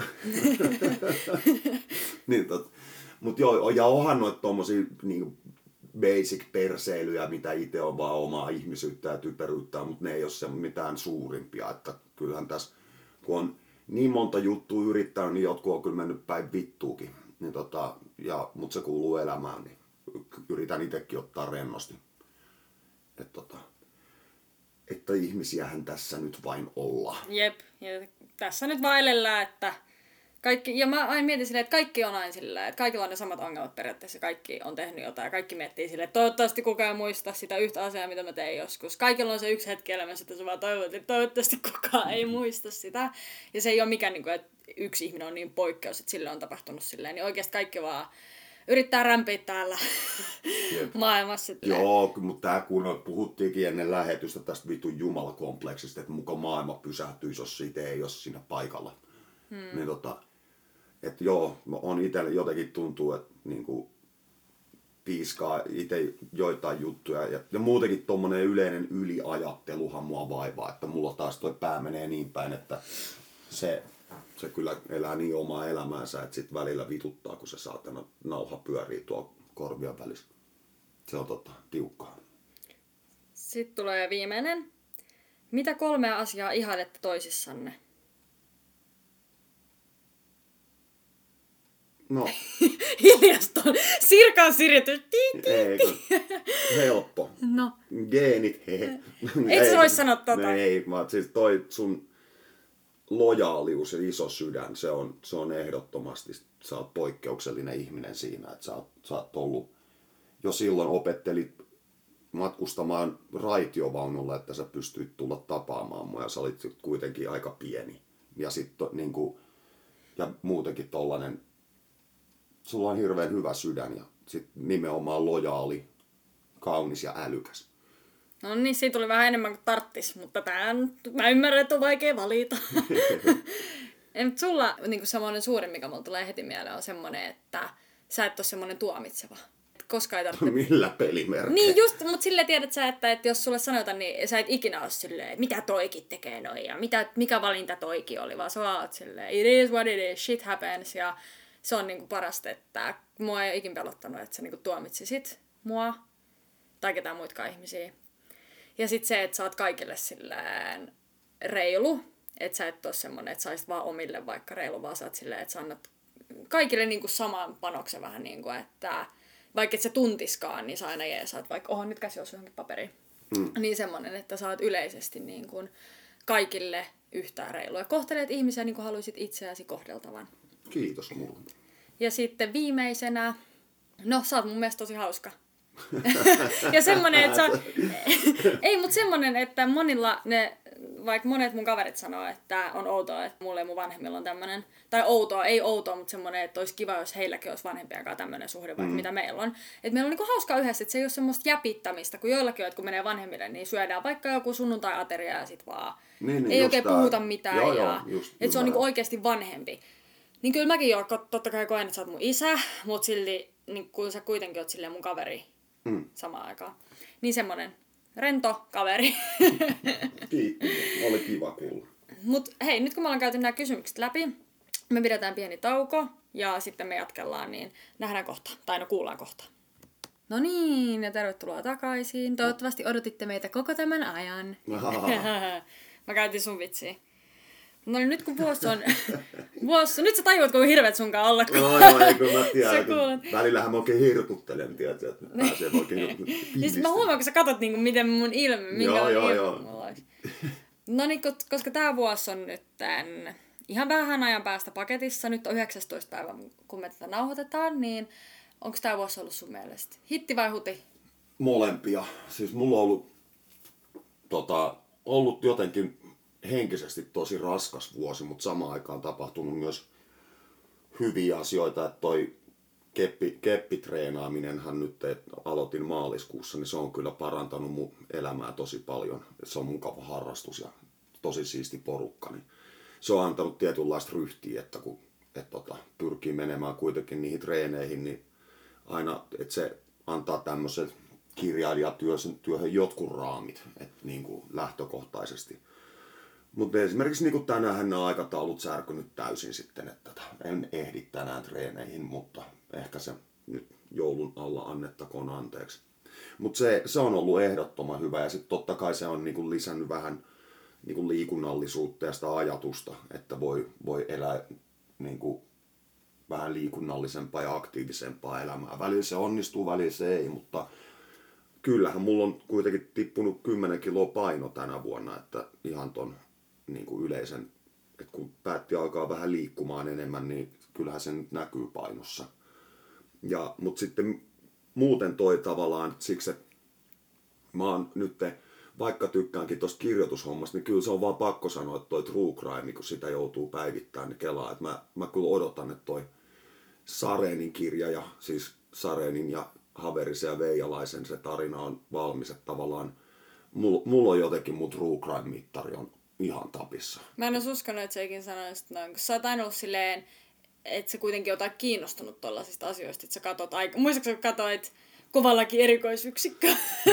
niin tota, mut joo, ja onhan noita tommosia niin basic perseilyjä, mitä itse on vaan omaa ihmisyyttä ja typeryyttä, mutta ne ei ole se mitään suurimpia, että kyllähän tässä, kun on niin monta juttua yrittänyt, niin jotkut on kyllä mennyt päin vittuukin, niin tota, ja, mutta se kuuluu elämään, niin yritän itsekin ottaa rennosti. Että, tota, että ihmisiähän tässä nyt vain ollaan. Jep, ja tässä nyt vaelellään, että kaikki, ja mä aina mietin silleen, että kaikki on aina silleen, että kaikilla on ne samat ongelmat periaatteessa, kaikki on tehnyt jotain, ja kaikki miettii silleen, että toivottavasti kukaan ei muista sitä yhtä asiaa, mitä mä tein joskus. Kaikilla on se yksi hetki elämässä, että sä vaan toivot, että toivottavasti kukaan ei muista sitä. Ja se ei ole mikään, että yksi ihminen on niin poikkeus, että sille on tapahtunut silleen, niin oikeasti kaikki vaan yrittää rämpiä täällä maailmassa. Joo, mutta tää kun puhuttiinkin ennen lähetystä tästä vitun jumalakompleksista, että muka maailma pysähtyisi, jos siitä ei ole siinä paikalla. Hmm. Niin tota, että joo, on itselle jotenkin tuntuu, että niinku piiskaa itse joitain juttuja. Ja, ja muutenkin tommonen yleinen yliajatteluhan mua vaivaa, että mulla taas toi pää menee niin päin, että se... Se kyllä elää niin omaa elämäänsä, että sit välillä vituttaa, kun se saatana nauha pyörii tuolla korvien välissä. Se on tota, tiukkaa. Sitten tulee viimeinen. Mitä kolmea asiaa ihailette toisissanne? No. Hiljasta on Sirkan siritys. Ei, helppo. No. Geenit, hehe. Et sä vois sanoa tota. Ei, vaan siis toi sun lojaalius ja iso sydän, se on, se on ehdottomasti, sä oot poikkeuksellinen ihminen siinä, että sä oot, sä oot ollut, jo silloin opettelit matkustamaan raitiovaunulla, että sä pystyit tulla tapaamaan mua ja sä olit kuitenkin aika pieni. Ja sitten niinku, ja muutenkin tollanen, sulla on hirveän hyvä sydän ja sit nimenomaan lojaali, kaunis ja älykäs. No niin, siitä tuli vähän enemmän kuin tarttis, mutta tää on, mä ymmärrän, että on vaikea valita. Mutta sulla niin semmoinen suurin, mikä mulla tulee heti mieleen, on semmoinen, että sä et ole semmoinen tuomitseva. Koska ei tarvitse... Millä pelimerkeillä? Niin just, mutta silleen tiedät sä, että, että jos sulle sanotaan, niin sä et ikinä ole silleen, että mitä toikin tekee noin ja mitä, mikä valinta toikin oli, vaan sä vaan oot silleen, it is what it is, shit happens ja se on niinku parasta, että mua ei ole ikin pelottanut, että sä niinku tuomitsisit mua tai ketään muitakaan ihmisiä. Ja sit se, että sä oot kaikille silleen reilu, että sä et oo semmonen, että sä olisit vaan omille vaikka reilu, vaan sä oot silleen, että sä annat kaikille niinku saman panoksen vähän niinku, että vaikka et sä tuntiskaan, niin sä aina jeesaat, vaikka oho nyt käsi osuu johonkin paperiin. Mm. Niin semmonen, että sä oot yleisesti niin kuin kaikille yhtään reilu. Ja kohtelet ihmisiä niin kuin haluisit itseäsi kohdeltavan. Kiitos mulle. Ja sitten viimeisenä, no sä oot mun mielestä tosi hauska. Ja semmonen, että sä... Ei, mutta semmonen, että monilla ne, vaikka monet mun kaverit sanoo, että on outoa, että mulle ja mun vanhemmilla on tämmönen, tai outoa, ei outoa, mutta semmonen, että olisi kiva, jos heilläkin olisi vanhempiakaan tämmönen suhde, vaikka mm. mitä meillä on. Että meillä on niinku hauskaa yhdessä, että se ei ole semmoista jäpittämistä, kun joillakin on, että kun menee vanhemmille, niin syödään vaikka joku sunnuntai-ateria ja sit vaan niin, niin, ei oikein tää... puhuta mitään. Joo, ja joo, että se on niinku oikeasti vanhempi. Niin kyllä mäkin jo, totta kai koen, että sä oot mun isä, mutta silti, niin kun sä kuitenkin oot silleen mun kaveri mm. samaan aikaan. Niin semmonen rento kaveri. Kiitos, oli kiva kuulla. Mut hei, nyt kun me ollaan käyty nämä kysymykset läpi, me pidetään pieni tauko ja sitten me jatkellaan, niin nähdään kohta. Tai no kuullaan kohta. No niin, ja tervetuloa takaisin. Toivottavasti odotitte meitä koko tämän ajan. Mä käytin sun vitsiä. No niin, nyt kun vuosi on... vuosi, nyt sä tajuat, kuinka hirveet sunkaan olla. Kun... No joo, ei kun mä tiedän. Välillähän mä oikein hirkuttelen, tiedätkö, että pääsee oikein niin sit mä huomaan, kun sä katot, niin kuin, miten mun ilme, minkä joo, on joo, ilme joo. mulla olisi. No niin, koska tää vuosi on nyt tän ihan vähän ajan päästä paketissa. Nyt on yhdeksästoista päivä, kun me tätä nauhoitetaan, niin onko tämä vuosi ollut sun mielestä hitti vai huti? Molempia. Siis mulla on ollut, tota, ollut jotenkin henkisesti tosi raskas vuosi, mutta samaan aikaan tapahtunut myös hyviä asioita, että toi keppi, keppitreenaaminenhan nyt, että aloitin maaliskuussa, niin se on kyllä parantanut mun elämää tosi paljon. Se on mukava harrastus ja tosi siisti porukka, niin se on antanut tietynlaista ryhtiä, että kun et tota, pyrkii menemään kuitenkin niihin treeneihin, niin aina, että se antaa tämmöisen kirjailijatyöhön jotkut raamit, että niin kuin lähtökohtaisesti. Mutta esimerkiksi niin tänään nämä aikataulut särkynyt täysin sitten, että en ehdi tänään treeneihin, mutta ehkä se nyt joulun alla annettakoon anteeksi. Mutta se, se on ollut ehdottoman hyvä ja sitten totta kai se on niin kuin lisännyt vähän niin kuin liikunnallisuutta ja sitä ajatusta, että voi, voi elää niin kuin vähän liikunnallisempaa ja aktiivisempaa elämää. Välillä se onnistuu, välillä se ei, mutta kyllähän mulla on kuitenkin tippunut kymmenen kiloa paino tänä vuonna, että ihan ton niin kuin yleisen, että kun päätti alkaa vähän liikkumaan enemmän, niin kyllähän se nyt näkyy painossa. Ja, mutta sitten muuten toi tavallaan siksi, että mä oon nyt, vaikka tykkäänkin tosta kirjoitushommasta, niin kyllä se on vaan pakko sanoa, että toi true crime, kun sitä joutuu päivittämään, niin kelaa. Että mä, mä kyllä odotan, että toi Sarenin kirja ja siis Sarenin ja Haverisen ja Veijalaisen se tarina on valmis, että tavallaan mulla, mulla on jotenkin mun true crime-mittari on ihan tapissa. Mä en olisi uskonut, että sä ikin sanoisit noin, kun sä oot aina ollut silleen, että sä kuitenkin oot kiinnostunut tollasista asioista, että sä katot aika... Muistatko, sä katoit Kovallakin erikoisyksikkö?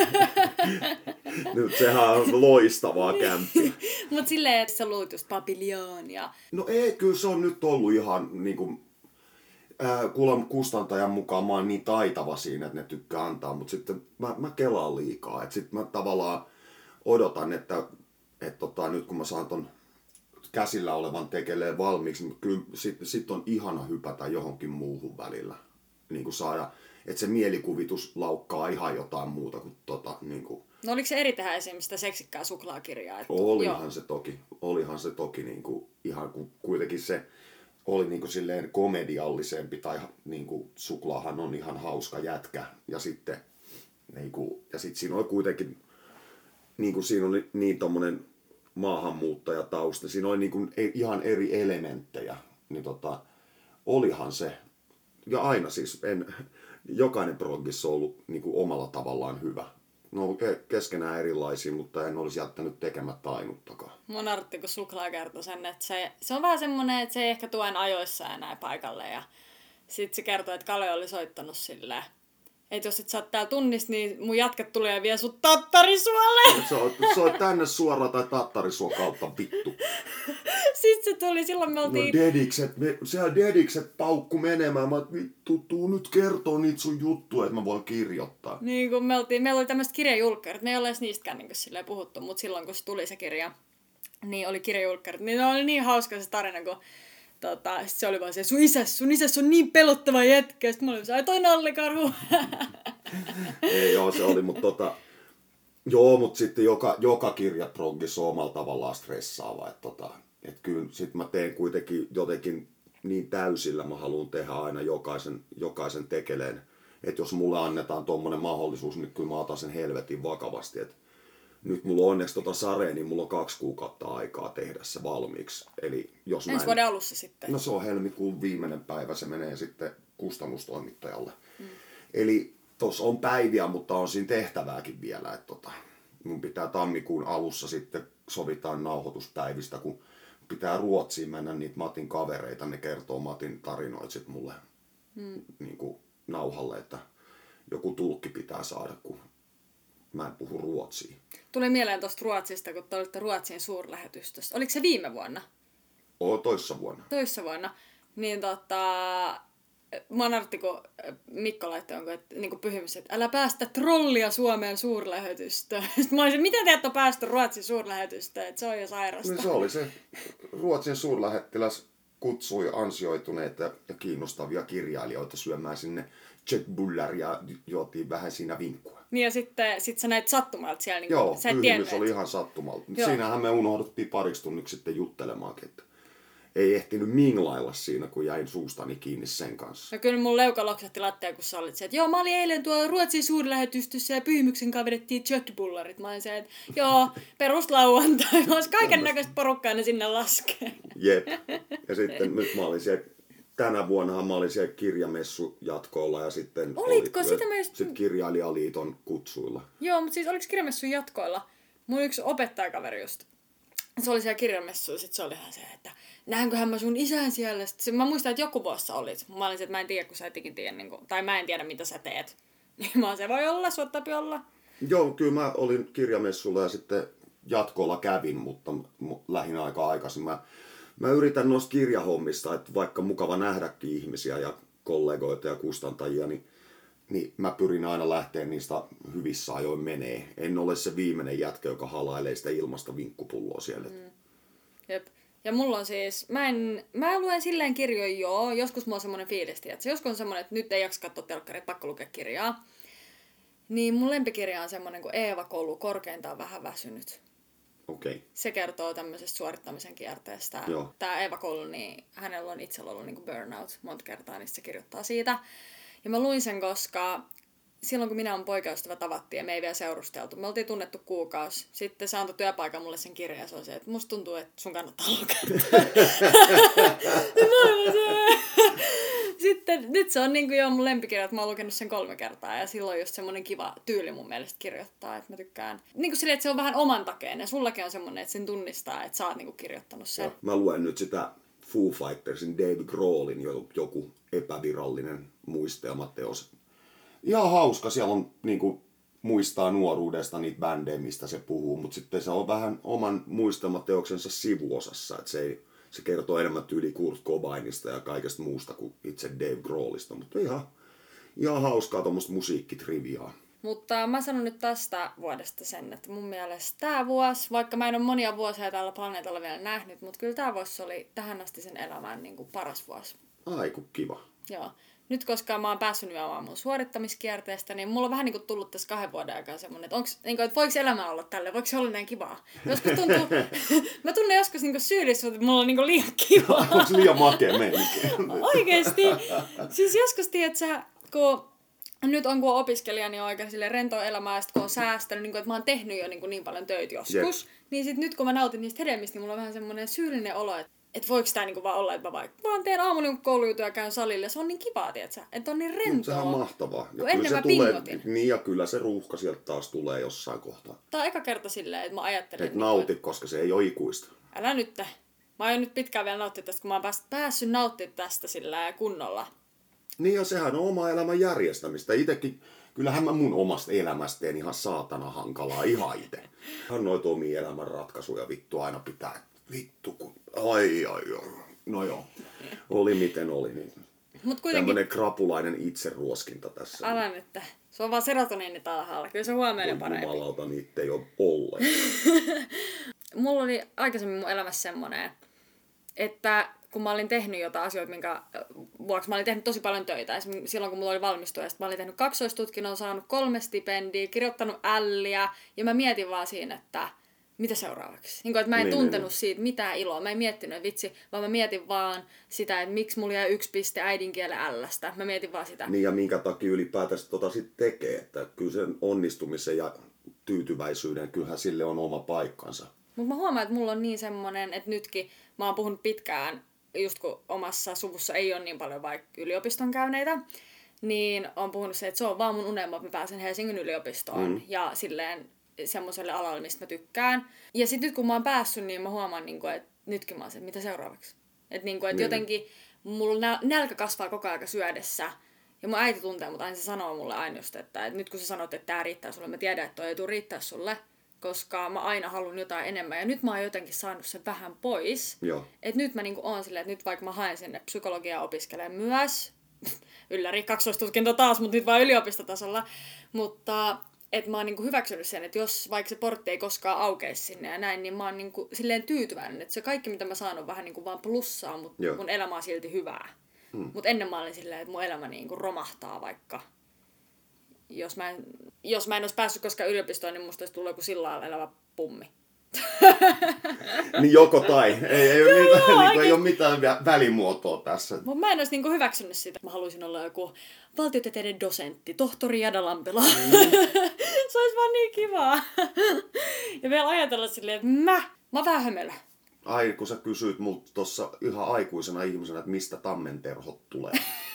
Nyt sehän on loistavaa kämppiä. Mut silleen, että sä luut just Papillon ja... No ei, kyllä se on nyt ollut ihan niinku... Äh, kuulemma kustantajan mukaan mä oon niin taitava siinä, että ne tykkää antaa, mutta sitten mä, mä kelaan liikaa. Että sit mä tavallaan odotan, että et tota, nyt kun mä saan ton käsillä olevan tekeleen valmiiksi, niin kyllä sit, sit on ihana hypätä johonkin muuhun välillä. Niin kuin saada, että se mielikuvitus laukkaa ihan jotain muuta kuin tota, niin kuin... No oliko se eri tehdä esimerkiksi sitä seksikkää suklaakirjaa? Että... Olihan Joo. se toki, olihan se toki niin kuin, ihan kuin kuitenkin se oli niin kuin silleen komediallisempi tai niin kuin suklaahan on ihan hauska jätkä ja sitten niin kuin, ja sit siinä oli kuitenkin niin kuin siinä oli niin tommonen maahanmuuttajatausta, siinä oli niin kuin ihan eri elementtejä, niin tota, olihan se, ja aina siis, en, jokainen progissa on ollut niin kuin omalla tavallaan hyvä. No keskenään erilaisia, mutta en olisi jättänyt tekemättä ainuttakaan. Mun artti, kun suklaa kertoi sen, että se, se on vähän semmonen, että se ei ehkä tuen ajoissa enää paikalle. Ja sit se kertoi, että Kale oli soittanut silleen, että jos et sä oot täällä tunnissa, niin mun jatket tulee ja vie sut Tattarisuolle. Se on, se on tänne suoraan tai Tattarisuo kautta vittu. Sitten se tuli, silloin me oltiin... No dedikset, me, siellä dedikset paukku menemään. Mä oon, vittu, tuu nyt kertoo niitä sun juttuja, että mä voin kirjoittaa. Niin kun me oltiin, meillä oli tämmöiset kirjajulkkarit, me ei ole edes niistäkään niin silleen puhuttu, mutta silloin kun se tuli se kirja, niin oli kirjajulkkarit, niin ne oli niin hauska se tarina, kun tota, sit se oli vaan se, sun isäs, sun isäs on niin pelottava jätkä, sit mä olin se, ai toi nallikarhu. Ei joo, se oli, mutta tota, joo, mutta sitten joka, joka kirjaprogissa on omalla tavallaan stressaava, että tota, et kyllä sit mä teen kuitenkin jotenkin niin täysillä, mä haluan tehdä aina jokaisen, jokaisen tekeleen. Että jos mulle annetaan tommonen mahdollisuus, niin kyllä mä otan sen helvetin vakavasti. Et nyt mulla on onneksi tota Sare, niin mulla on kaksi kuukautta aikaa tehdä se valmiiksi. Eli jos Ensi en... vuoden alussa sitten. No se on helmikuun viimeinen päivä, se menee sitten kustannustoimittajalle. Mm. Eli tossa on päiviä, mutta on siinä tehtävääkin vielä. Että tota, mun pitää tammikuun alussa sitten sovitaan nauhoituspäivistä, kun pitää Ruotsiin mennä niitä Matin kavereita, ne kertoo Matin tarinoita sit mulle mm. niin kuin nauhalle, että joku tulkki pitää saada, kun mä en puhu ruotsia. Tuli mieleen tuosta Ruotsista, kun te olitte Ruotsin suurlähetystössä. Oliko se viime vuonna? Oo, toissa vuonna. Toissa vuonna. Niin tota... Mä oon artti, kun Mikko laittoi jonkun, että niin pyhimys, että älä päästä trollia Suomeen suurlähetystöön. Sitten mä olisin, miten te ette ole päästy Ruotsin suurlähetystöön, että se on jo sairasta. No se oli se. Ruotsin suurlähettiläs kutsui ansioituneita ja kiinnostavia kirjailijoita syömään sinne Checkbuller ja juotiin vähän siinä vinkkua. Niin ja sitten sit sä näit sattumalta siellä. Niin joo, sä et pyhimys oli ihan sattumalta. Joo. Siinähän me unohduttiin pariksi tunniksi sitten juttelemaankin. Että ei ehtinyt minglailla siinä, kun jäin suustani kiinni sen kanssa. No kyllä mun leuka loksahti lattia, kun sä olit se, että joo, mä olin eilen tuolla Ruotsin suurlähetystössä ja Pyhimyksen kanssa vedettiin köttbullarit. Mä olin se, että joo, peruslauantai. Mä olis kaiken näköistä porukkaa ne sinne laskee. Jep. Ja sitten nyt mä olin siellä, tänä vuonnahan mä olin siellä kirjamessujatkoilla ja sitten Olitko? oli, Sitä mä just... sit kirjailijaliiton kutsuilla. Joo, mutta siis oliko kirjamessun jatkoilla? Mun yksi opettajakaveri just. Se oli siellä kirjamessuilla, sit se oli ihan se, että näenköhän mä sun isän siellä. Sitten mä muistan, että joku vuosi sä olit. Mä olin se, että mä en tiedä, kun sä et ikin tiedä, niin kun, tai mä en tiedä, mitä sä teet. Niin mä olin se, voi olla, suottaapi olla. Joo, kyllä mä olin kirjamessulla ja sitten jatkolla kävin, mutta lähdin aika aikaisin. Mä, mä yritän noista kirjahommista, että vaikka mukava nähdäkin ihmisiä ja kollegoita ja kustantajia, niin, niin mä pyrin aina lähteä niistä hyvissä ajoin menee. En ole se viimeinen jätkä, joka halailee sitä ilmasta vinkkupulloa siellä. Mm. Jep. Ja mulla on siis, mä, en, mä luen silleen kirjoja joo, joskus mulla on semmoinen fiilis, että joskus on semmoinen, että nyt ei jaksa katsoa telkkaria, että pakko lukea kirjaa. Niin mun lempikirja on semmoinen kuin Eeva Koulu, korkeintaan vähän väsynyt. Okei. Okay. Se kertoo tämmöisestä suorittamisen kierteestä. Joo. Tää Eeva Koulu, niin hänellä on itsellä ollut niin kuin burnout monta kertaa, niin se kirjoittaa siitä. Ja mä luin sen, koska silloin kun minä mun poikaystävä tavattiin ja me ei vielä seurusteltu, me oltiin tunnettu kuukausi. Sitten se antoi työpaikan mulle sen kirjan ja se oli se, että musta tuntuu, että sun kannattaa lukea. Sitten nyt se on niin kuin jo mun lempikirja, että mä oon lukenut sen kolme kertaa ja silloin on just semmonen kiva tyyli mun mielestä kirjoittaa, että mä tykkään. Niin kuin silleen, että se on vähän oman takeen ja sullakin on semmonen, että sen tunnistaa, että sä oot niin kuin kirjoittanut sen. Ja mä luen nyt sitä Foo Fightersin Dave Grohlin joku epävirallinen muistelmateos. Ihan hauska, siellä on niinku muistaa nuoruudesta niitä bändejä, mistä se puhuu, mutta sitten se on vähän oman muistelmateoksensa sivuosassa, että se, ei, se kertoo enemmän tyyli Kurt Cobainista ja kaikesta muusta kuin itse Dave Grohlista, mutta ihan, ihan hauskaa tuommoista musiikkitriviaa. Mutta mä sanon nyt tästä vuodesta sen, että mun mielestä tää vuosi, vaikka mä en ole monia vuosia tällä planeetalla vielä nähnyt, mutta kyllä tää vuosi oli tähän asti sen elämän niin kuin paras vuosi. Aiku kiva. Joo. Nyt koska mä oon päässyt yömään mun suorittamiskierteestä, niin mulla on vähän niin kuin tullut tässä kahden vuoden aikaa semmonen, että, onks, niin kuin, että voiko elämä olla tälleen, voiko se olla näin kivaa? Joskus tuntuu, mä tunnen joskus niin syyllisyyttä, että mulla on niin kuin liian kivaa. Onko liian makea meininki? Oikeesti. Siis joskus, tiedät sä, kun nyt on kun on opiskelija, niin on aika rentoa elämää, ja sit kun on säästänyt, niin kuin, että mä oon tehnyt jo niin, kuin niin paljon töitä joskus, yep. Niin sit nyt kun mä nautin niistä hedelmistä, niin mulla on vähän semmoinen syyllinen olo, että että voiko tää niinku vaan olla, että mä vaikka vaan teen aamun niinku koulujutuja ja käyn salille. Se on niin kivaa, tietsä? Että on niin rentoa. Sehän on mahtavaa. Ja ennen mä pingotin. Niin ja kyllä se ruuhka sieltä taas tulee jossain kohtaa. Tää on eka kerta silleen, että mä ajattelin... Et nauti, niin, koska se ei ole ikuista. Älä nyt. Mä aion nyt pitkään vielä nauttia tästä, kun mä oon päässyt nauttimaan tästä sillä kunnolla. Niin ja sehän on oma elämän järjestämistä. Itekin, kyllähän mä mun omasta elämästä teen ihan saatana hankalaa ihan ite. Hän noita omia elämän ratkaisuja vittu aina pitää. Vittu kun... Ai ai ai. No joo. Oli miten oli. Niin. Mut kuitenkin... Tämmönen krapulainen itseruoskinta tässä. Älä nyt. Se on vaan serotoniini alhaalla. Kyllä se huomenna parempi. Jumalauta, niitä ei ole ollenkaan. Mulla oli aikaisemmin mun elämässä semmonen, että kun mä olin tehnyt jotain asioita, minkä vuoksi mä olin tehnyt tosi paljon töitä. Esimerkiksi silloin, kun mulla oli valmistuja, mä olin tehnyt kaksoistutkinnon, saanut kolme stipendiä, kirjoittanut älliä. Ja mä mietin vaan siinä, että mitä seuraavaksi? Niin kuin, että mä en niin, tuntenut niin. siitä mitään iloa. Mä en miettinyt, että vitsi, vaan mä mietin vaan sitä, että miksi mulla jäi yksi piste äidinkielen ällästä. Mä mietin vaan sitä. Niin ja minkä takia ylipäätänsä tota sit tekee. Että kyllä sen onnistumisen ja tyytyväisyyden, kyllähän sille on oma paikkansa. Mutta mä huomaan, että mulla on niin semmonen, että nytkin mä oon puhunut pitkään, just kun omassa suvussa ei ole niin paljon vaikka yliopiston käyneitä, niin on puhunut se, että se on vaan mun unelma, että mä pääsen Helsingin yliopistoon mm. ja silleen semmoiselle alalle, mistä mä tykkään. Ja sit nyt kun mä oon päässyt, niin mä huomaan, että nytkin mä oon se, että mitä seuraavaksi. Että niin että jotenkin mulla nälkä kasvaa koko ajan syödessä. Ja mun äiti tuntee, mutta aina se sanoo mulle aina just, että, että nyt kun sä sanot, että tää riittää sulle, mä tiedän, että toi ei tule riittää sulle. Koska mä aina haluan jotain enemmän. Ja nyt mä oon jotenkin saanut sen vähän pois. Että nyt mä niinku oon silleen, että nyt vaikka mä haen sinne psykologiaa opiskelen myös. Ylläri, kaksoistutkinto taas, mutta nyt vaan yliopistotasolla. Mutta että mä oon niinku hyväksynyt sen, että jos vaikka se portti ei koskaan aukeisi sinne ja näin, niin mä oon niinku silleen tyytyväinen. Että se kaikki, mitä mä saan, on vähän niinku vaan plussaa, mutta mun elämä on silti hyvää. Hmm. Mutta ennen mä olin silleen, että mun elämä niinku romahtaa vaikka. Jos mä, en, jos mä en olisi päässyt koskaan yliopistoon, niin musta olisi tullut joku sillä lailla elävä pummi. Niin joko tai. Ei, ei, ole, mitään, joo, niin ei ole mitään välimuotoa tässä. Mutta mä en olisi niinku hyväksynyt sitä. Mä haluaisin olla joku valtiotieteiden dosentti, tohtori Jada Lampela. Mm. Se olisi vaan niin kivaa. Ja vielä ajatella silleen, että mä, mä oon vähän hömelö. Ai, kun sä kysyit multa tuossa yhä aikuisena ihmisenä, että mistä tammenterhot tulee.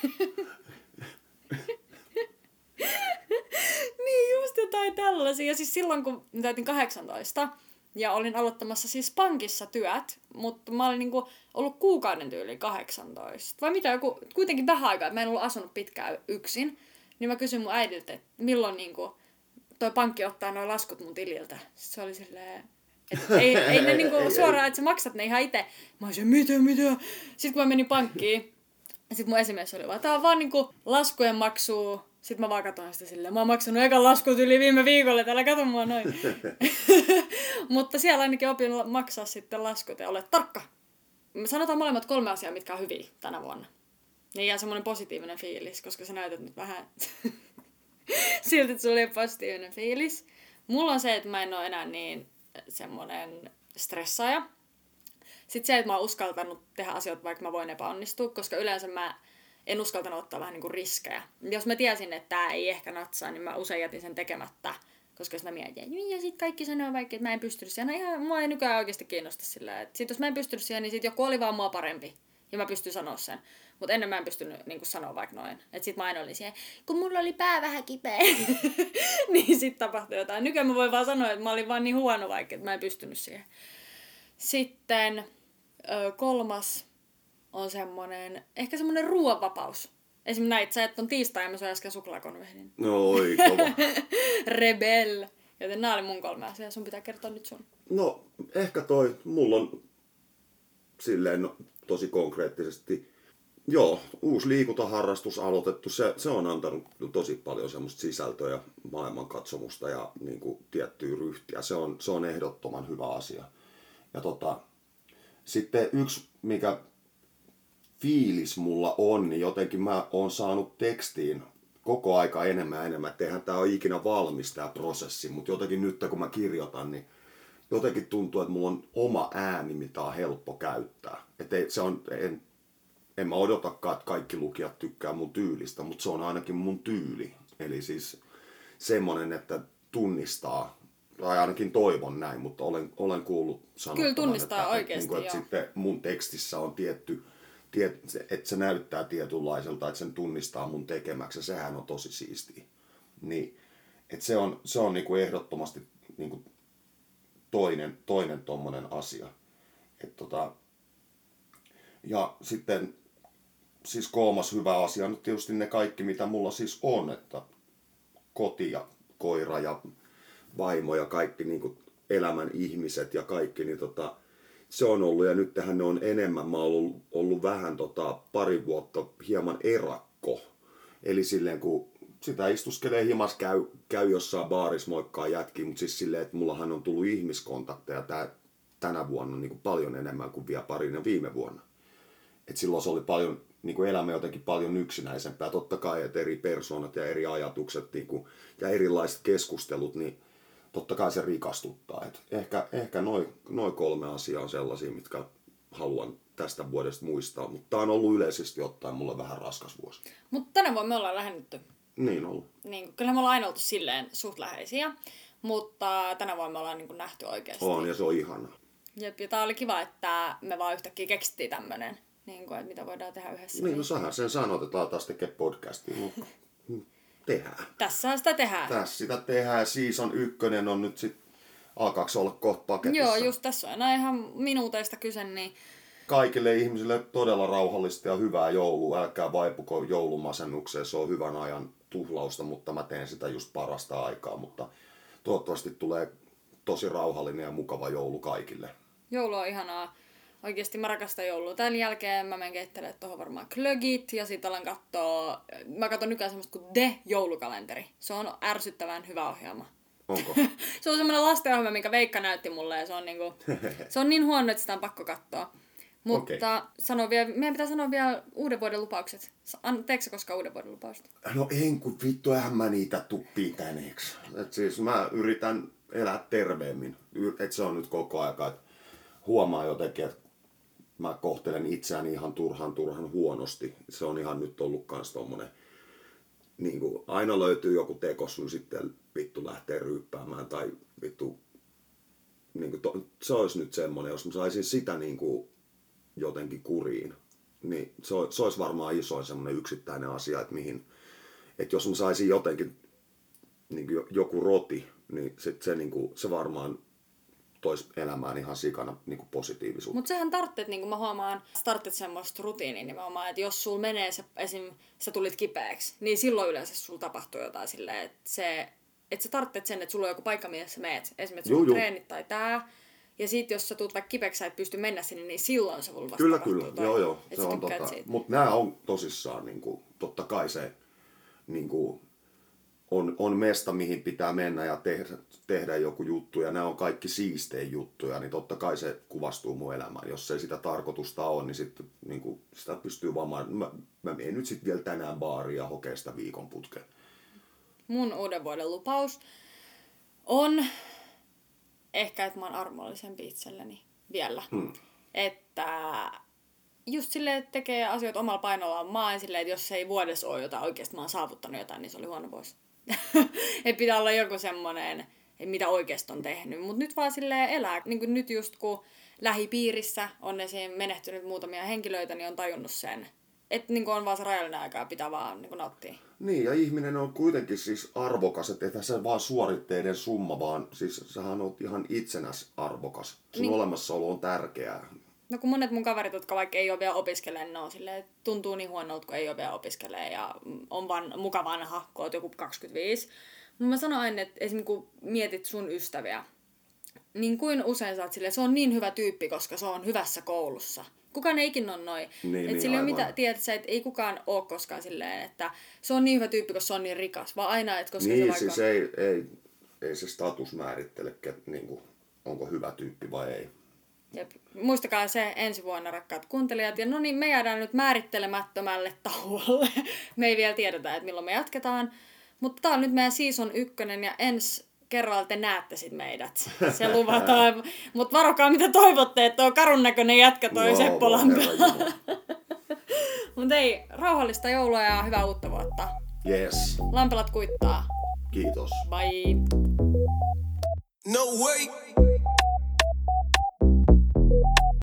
Niin, just jotain tällaisia. Ja siis silloin, kun täytin kahdeksantoista ja olin aloittamassa siis pankissa työt, mutta mä olin niinku ollut kuukauden tyyliin kahdeksantoista. Vai mitä, joku, kuitenkin vähän aikaa, että mä en ollut asunut pitkään yksin. Niin mä kysyin mun äidiltä, että milloin niinku toi pankki ottaa nuo laskut mun tililtä. Sitten se oli silleen, että ei, ei ne niinku suoraan, että sä maksat ne ihan itse. Mä olisin, mitä, mitä? Sitten kun mä menin pankkiin, sitten mun esimies oli vaan, tää on vaan niinku laskujen maksua. Sitten mä vaan katsoin sitä silleen, mä oon maksanut ekan laskut yli viime viikolle, älä katso mua noin. Mutta siellä ainakin opin maksaa sitten laskut ja ole tarkka. Me sanotaan molemmat kolme asiaa, mitkä on hyviä tänä vuonna. Niin jää semmoinen positiivinen fiilis, koska sä näytät nyt vähän siltä, että sulla oli positiivinen fiilis. Mulla on se, että mä en oo enää niin semmoinen stressaaja. Sitten se, että mä oon uskaltanut tehdä asioita, vaikka mä voin epäonnistua, koska yleensä mä en uskaltanut ottaa vähän niin kuin riskejä. Jos mä tiesin, että tää ei ehkä natsaa, niin mä usein jätin sen tekemättä. Koska jos mä mietin, että ja sit kaikki sanoo vaikka, että mä en pystynyt siihen. No ihan, mua ei nykyään oikeasti kiinnosta sillä. Että sit jos mä en pystynyt siihen, niin sit joku oli vaan mua parempi. Ja mä pystyn sanoa sen. Mutta ennen mä en pystynyt niin kuin sanoa vaikka noin. Että sit mä aina olin siihen, kun mulla oli pää vähän kipeä. Niin sit tapahtui jotain. Nykyään mä voin vaan sanoa, että mä olin vaan niin huono vaikka, että mä en pystynyt siihen. Sitten ö, kolmas on semmonen, ehkä semmonen ruoanvapaus. Esimerkiksi näit sä, että on tiistai ja mä söin äsken suklaakonvehdin. No oi, kova. Rebel. Joten nää oli mun kolme asiaa. Sun pitää kertoa nyt sun. No, ehkä toi, mulla on silleen no, tosi konkreettisesti, joo, uusi liikuntaharrastus aloitettu. Se, se on antanut tosi paljon semmoista sisältöä ja maailmankatsomusta ja niin kuin, tiettyä ryhtiä. Se on, se on ehdottoman hyvä asia. Ja tota, sitten yksi, mikä fiilis mulla on, niin jotenkin mä oon saanut tekstiin koko aika enemmän ja enemmän. Eihän tää ole ikinä valmis tää prosessi, mutta jotenkin nyt kun mä kirjoitan, niin jotenkin tuntuu, että mulla on oma ääni, mitä on helppo käyttää. Et ei, se on, en, en mä odotakaan, että kaikki lukijat tykkää mun tyylistä, mutta se on ainakin mun tyyli. Eli siis semmonen, että tunnistaa, tai ainakin toivon näin, mutta olen, olen kuullut sanottavan, kyllä tunnistaa että, oikeasti, että, että sitten mun tekstissä on tietty, tiet, että se näyttää tietynlaiselta, että sen tunnistaa mun tekemäksi, ja sehän on tosi siistiä. Niin, että se on, se on niinku ehdottomasti niinku toinen, toinen tommonen asia. Et tota, ja sitten siis kolmas hyvä asia on tietysti ne kaikki, mitä mulla siis on, että koti ja koira ja vaimo ja kaikki niin kuin elämän ihmiset ja kaikki, niin tota, se on ollut, ja nyt tähän ne on enemmän, mä oon ollut, ollut vähän tota, pari vuotta hieman erakko, eli silleen kun sitä istuskelee himas, käy, käy jossain baarissa, moikkaa jätkiä, mutta siis silleen, että mullahan on tullut ihmiskontakteja tää, tänä vuonna niin kuin paljon enemmän kuin vielä parina viime vuonna. Et silloin se oli paljon, niin kuin elämä jotenkin paljon yksinäisempää. Totta kai, että eri persoonat ja eri ajatukset niin kuin, ja erilaiset keskustelut, niin totta kai se rikastuttaa. Et ehkä ehkä noin noi kolme asiaa on sellaisia, mitkä haluan tästä vuodesta muistaa. Mutta tämä on ollut yleisesti ottaen mulle vähän raskas vuosi. Mutta tänä vuonna me ollaan lähennytty. Niin ollut. Niin, kyllä me ollaan aina oltu silleen suht läheisiä, mutta tänä vuonna me ollaan niin kuin nähty oikeasti. On, ja se on ihanaa. Jep, ja tää oli kiva, että me vaan yhtäkkiä keksittiin tämmönen, niin kuin, että mitä voidaan tehdä yhdessä. Niin, no sähän sen sanoit, että taas tekee podcastia. No, tehdään. Tässä sitä tehdään. Tässä sitä tehdään. Season ykkönen on nyt sit, alkaako olla kohta paketissa. Joo, just tässä on enää ihan minuuteista kyse, niin kaikille ihmisille todella rauhallista ja hyvää joulua. Älkää vaipuko joulumasennukseen, se on hyvän ajan tuhlausta, mutta mä teen sitä just parasta aikaa. Mutta toivottavasti tulee tosi rauhallinen ja mukava joulu kaikille. Joulu on ihanaa. Oikeesti mä rakastan joulua. Tän jälkeen mä menen keittelemään tuohon varmaan klögit ja sit alan kattoo... Mä katson nykyään semmoista kuin The-joulukalenteri. Se on ärsyttävän hyvä ohjelma. Onko? Se on semmoinen lastenohjelma, minkä Veikka näytti mulle ja se on, niinku, se on niin huono, että sitä on pakko katsoa. Mutta okay. Sano vielä, meidän pitää sanoa vielä uuden vuoden lupaukset. Teekö sä koskaan uuden vuoden lupausta? No en kun vittu, eihän mä niitä tuu pitäneeksi. Et siis mä yritän elää terveemmin. Että se on nyt koko aika, että huomaa jotenkin, että mä kohtelen itseäni ihan turhan turhan huonosti. Se on ihan nyt ollut kans tommonen, niin kuin aina löytyy joku tekossyy sitten vittu lähtee ryyppäämään tai vittu, niin kuin to, se olisi nyt semmonen, jos mä saisin sitä niin kuin jotenkin kuriin, niin se, se olisi varmaan isoin semmonen yksittäinen asia, että mihin, että jos mä saisin jotenkin niin kuin joku roti, niin se, se, niin kuin, se varmaan tois elämään ihan sikana niin positiivisuutta. Mutta sehän tarvitset, niin kuin mä huomaan, tarvitset semmoista rutiinia nimenomaan, että jos sul menee se, esim. Sä tulit kipeäksi, niin silloin yleensä sul tapahtuu jotain silleen, että se, että sä tarvitset sen, että sulla on joku paikka, missä sä meet, esimerkiksi sulla on treenit tai tää, ja sit jos sä tulet vaikka kipeäksi, sä et pysty mennä sinne, niin silloin se vasta Kyllä, tapahtuu. kyllä, toi, joo joo, se on tota, mutta nämä on tosissaan, niin kuin, totta kai se, niin kuin, On, on mesta, mihin pitää mennä ja tehdä, tehdä joku juttu, ja nämä on kaikki siistejä juttuja, niin totta kai se kuvastuu mun elämään. Jos ei sitä tarkoitusta ole, niin, sit, niin kuin, sitä pystyy vaan, mä, mä menen nyt sitten vielä tänään baariin ja hokee sitä viikon putkeen. Mun uuden vuoden lupaus on ehkä, että mä oon armollisempi itselleni vielä. Hmm. Että just silleen, että tekee asioita omalla painollaan. Mä oon silleen, että jos ei vuodessa ole jotain, oikeasti mä oon saavuttanut jotain, niin se oli huono vuosi. Että pitää olla joku semmonen, mitä oikeasti on tehnyt. Mutta nyt vaan silleen elää. Niin kuin nyt just kun lähipiirissä on esim. Menehtynyt muutamia henkilöitä, niin on tajunnut sen. Että niin on vaan se rajallinen aika ja pitää vaan niin nauttia. Niin, ja ihminen on kuitenkin siis arvokas, että ei se vaan suoritteiden summa, vaan siis sähän oot ihan itsenäs arvokas. Sun niin. Olemassaolo on tärkeää. No kun monet mun kaverit, jotka vaikka ei ole vielä opiskelemaan, ne on silleen, että tuntuu niin huonolta, kun ei ole vielä opiskelemaan ja on vaan muka vanha, kun oot joku kaksikymmentäviisi. Mutta mä sanon aina, että esimerkiksi kun mietit sun ystäviä, niin kuin usein sä oot silleen, se on niin hyvä tyyppi, koska se on hyvässä koulussa. Kukaan ei ikinä ole noin. Niin, että niin, sillä ei ole mitään, tiedät sä, että ei kukaan ole koskaan silleen, että se on niin hyvä tyyppi, koska se on niin rikas. Vaan aina, että koska niin, se vaikka... siis ei, ei, ei se status määrittele, niin kuin, onko hyvä tyyppi vai ei. Jep. Muistakaa se ensi vuonna, rakkaat kuuntelijat. Ja no niin, me jäädään nyt määrittelemättömälle tauolle. Me ei vielä tiedetä, että milloin me jatketaan. Mutta tää on nyt meidän season ykkönen ja ensi kerralla te näette sit meidät. Se luvataan. Mutta varokaa mitä toivotte, että on karun näköinen jätkä toi no, Seppo Lampela. Mutta ei, rauhallista joulua ja hyvää uutta vuotta. Yes. Lampelat kuittaa. Kiitos. Bye. No way.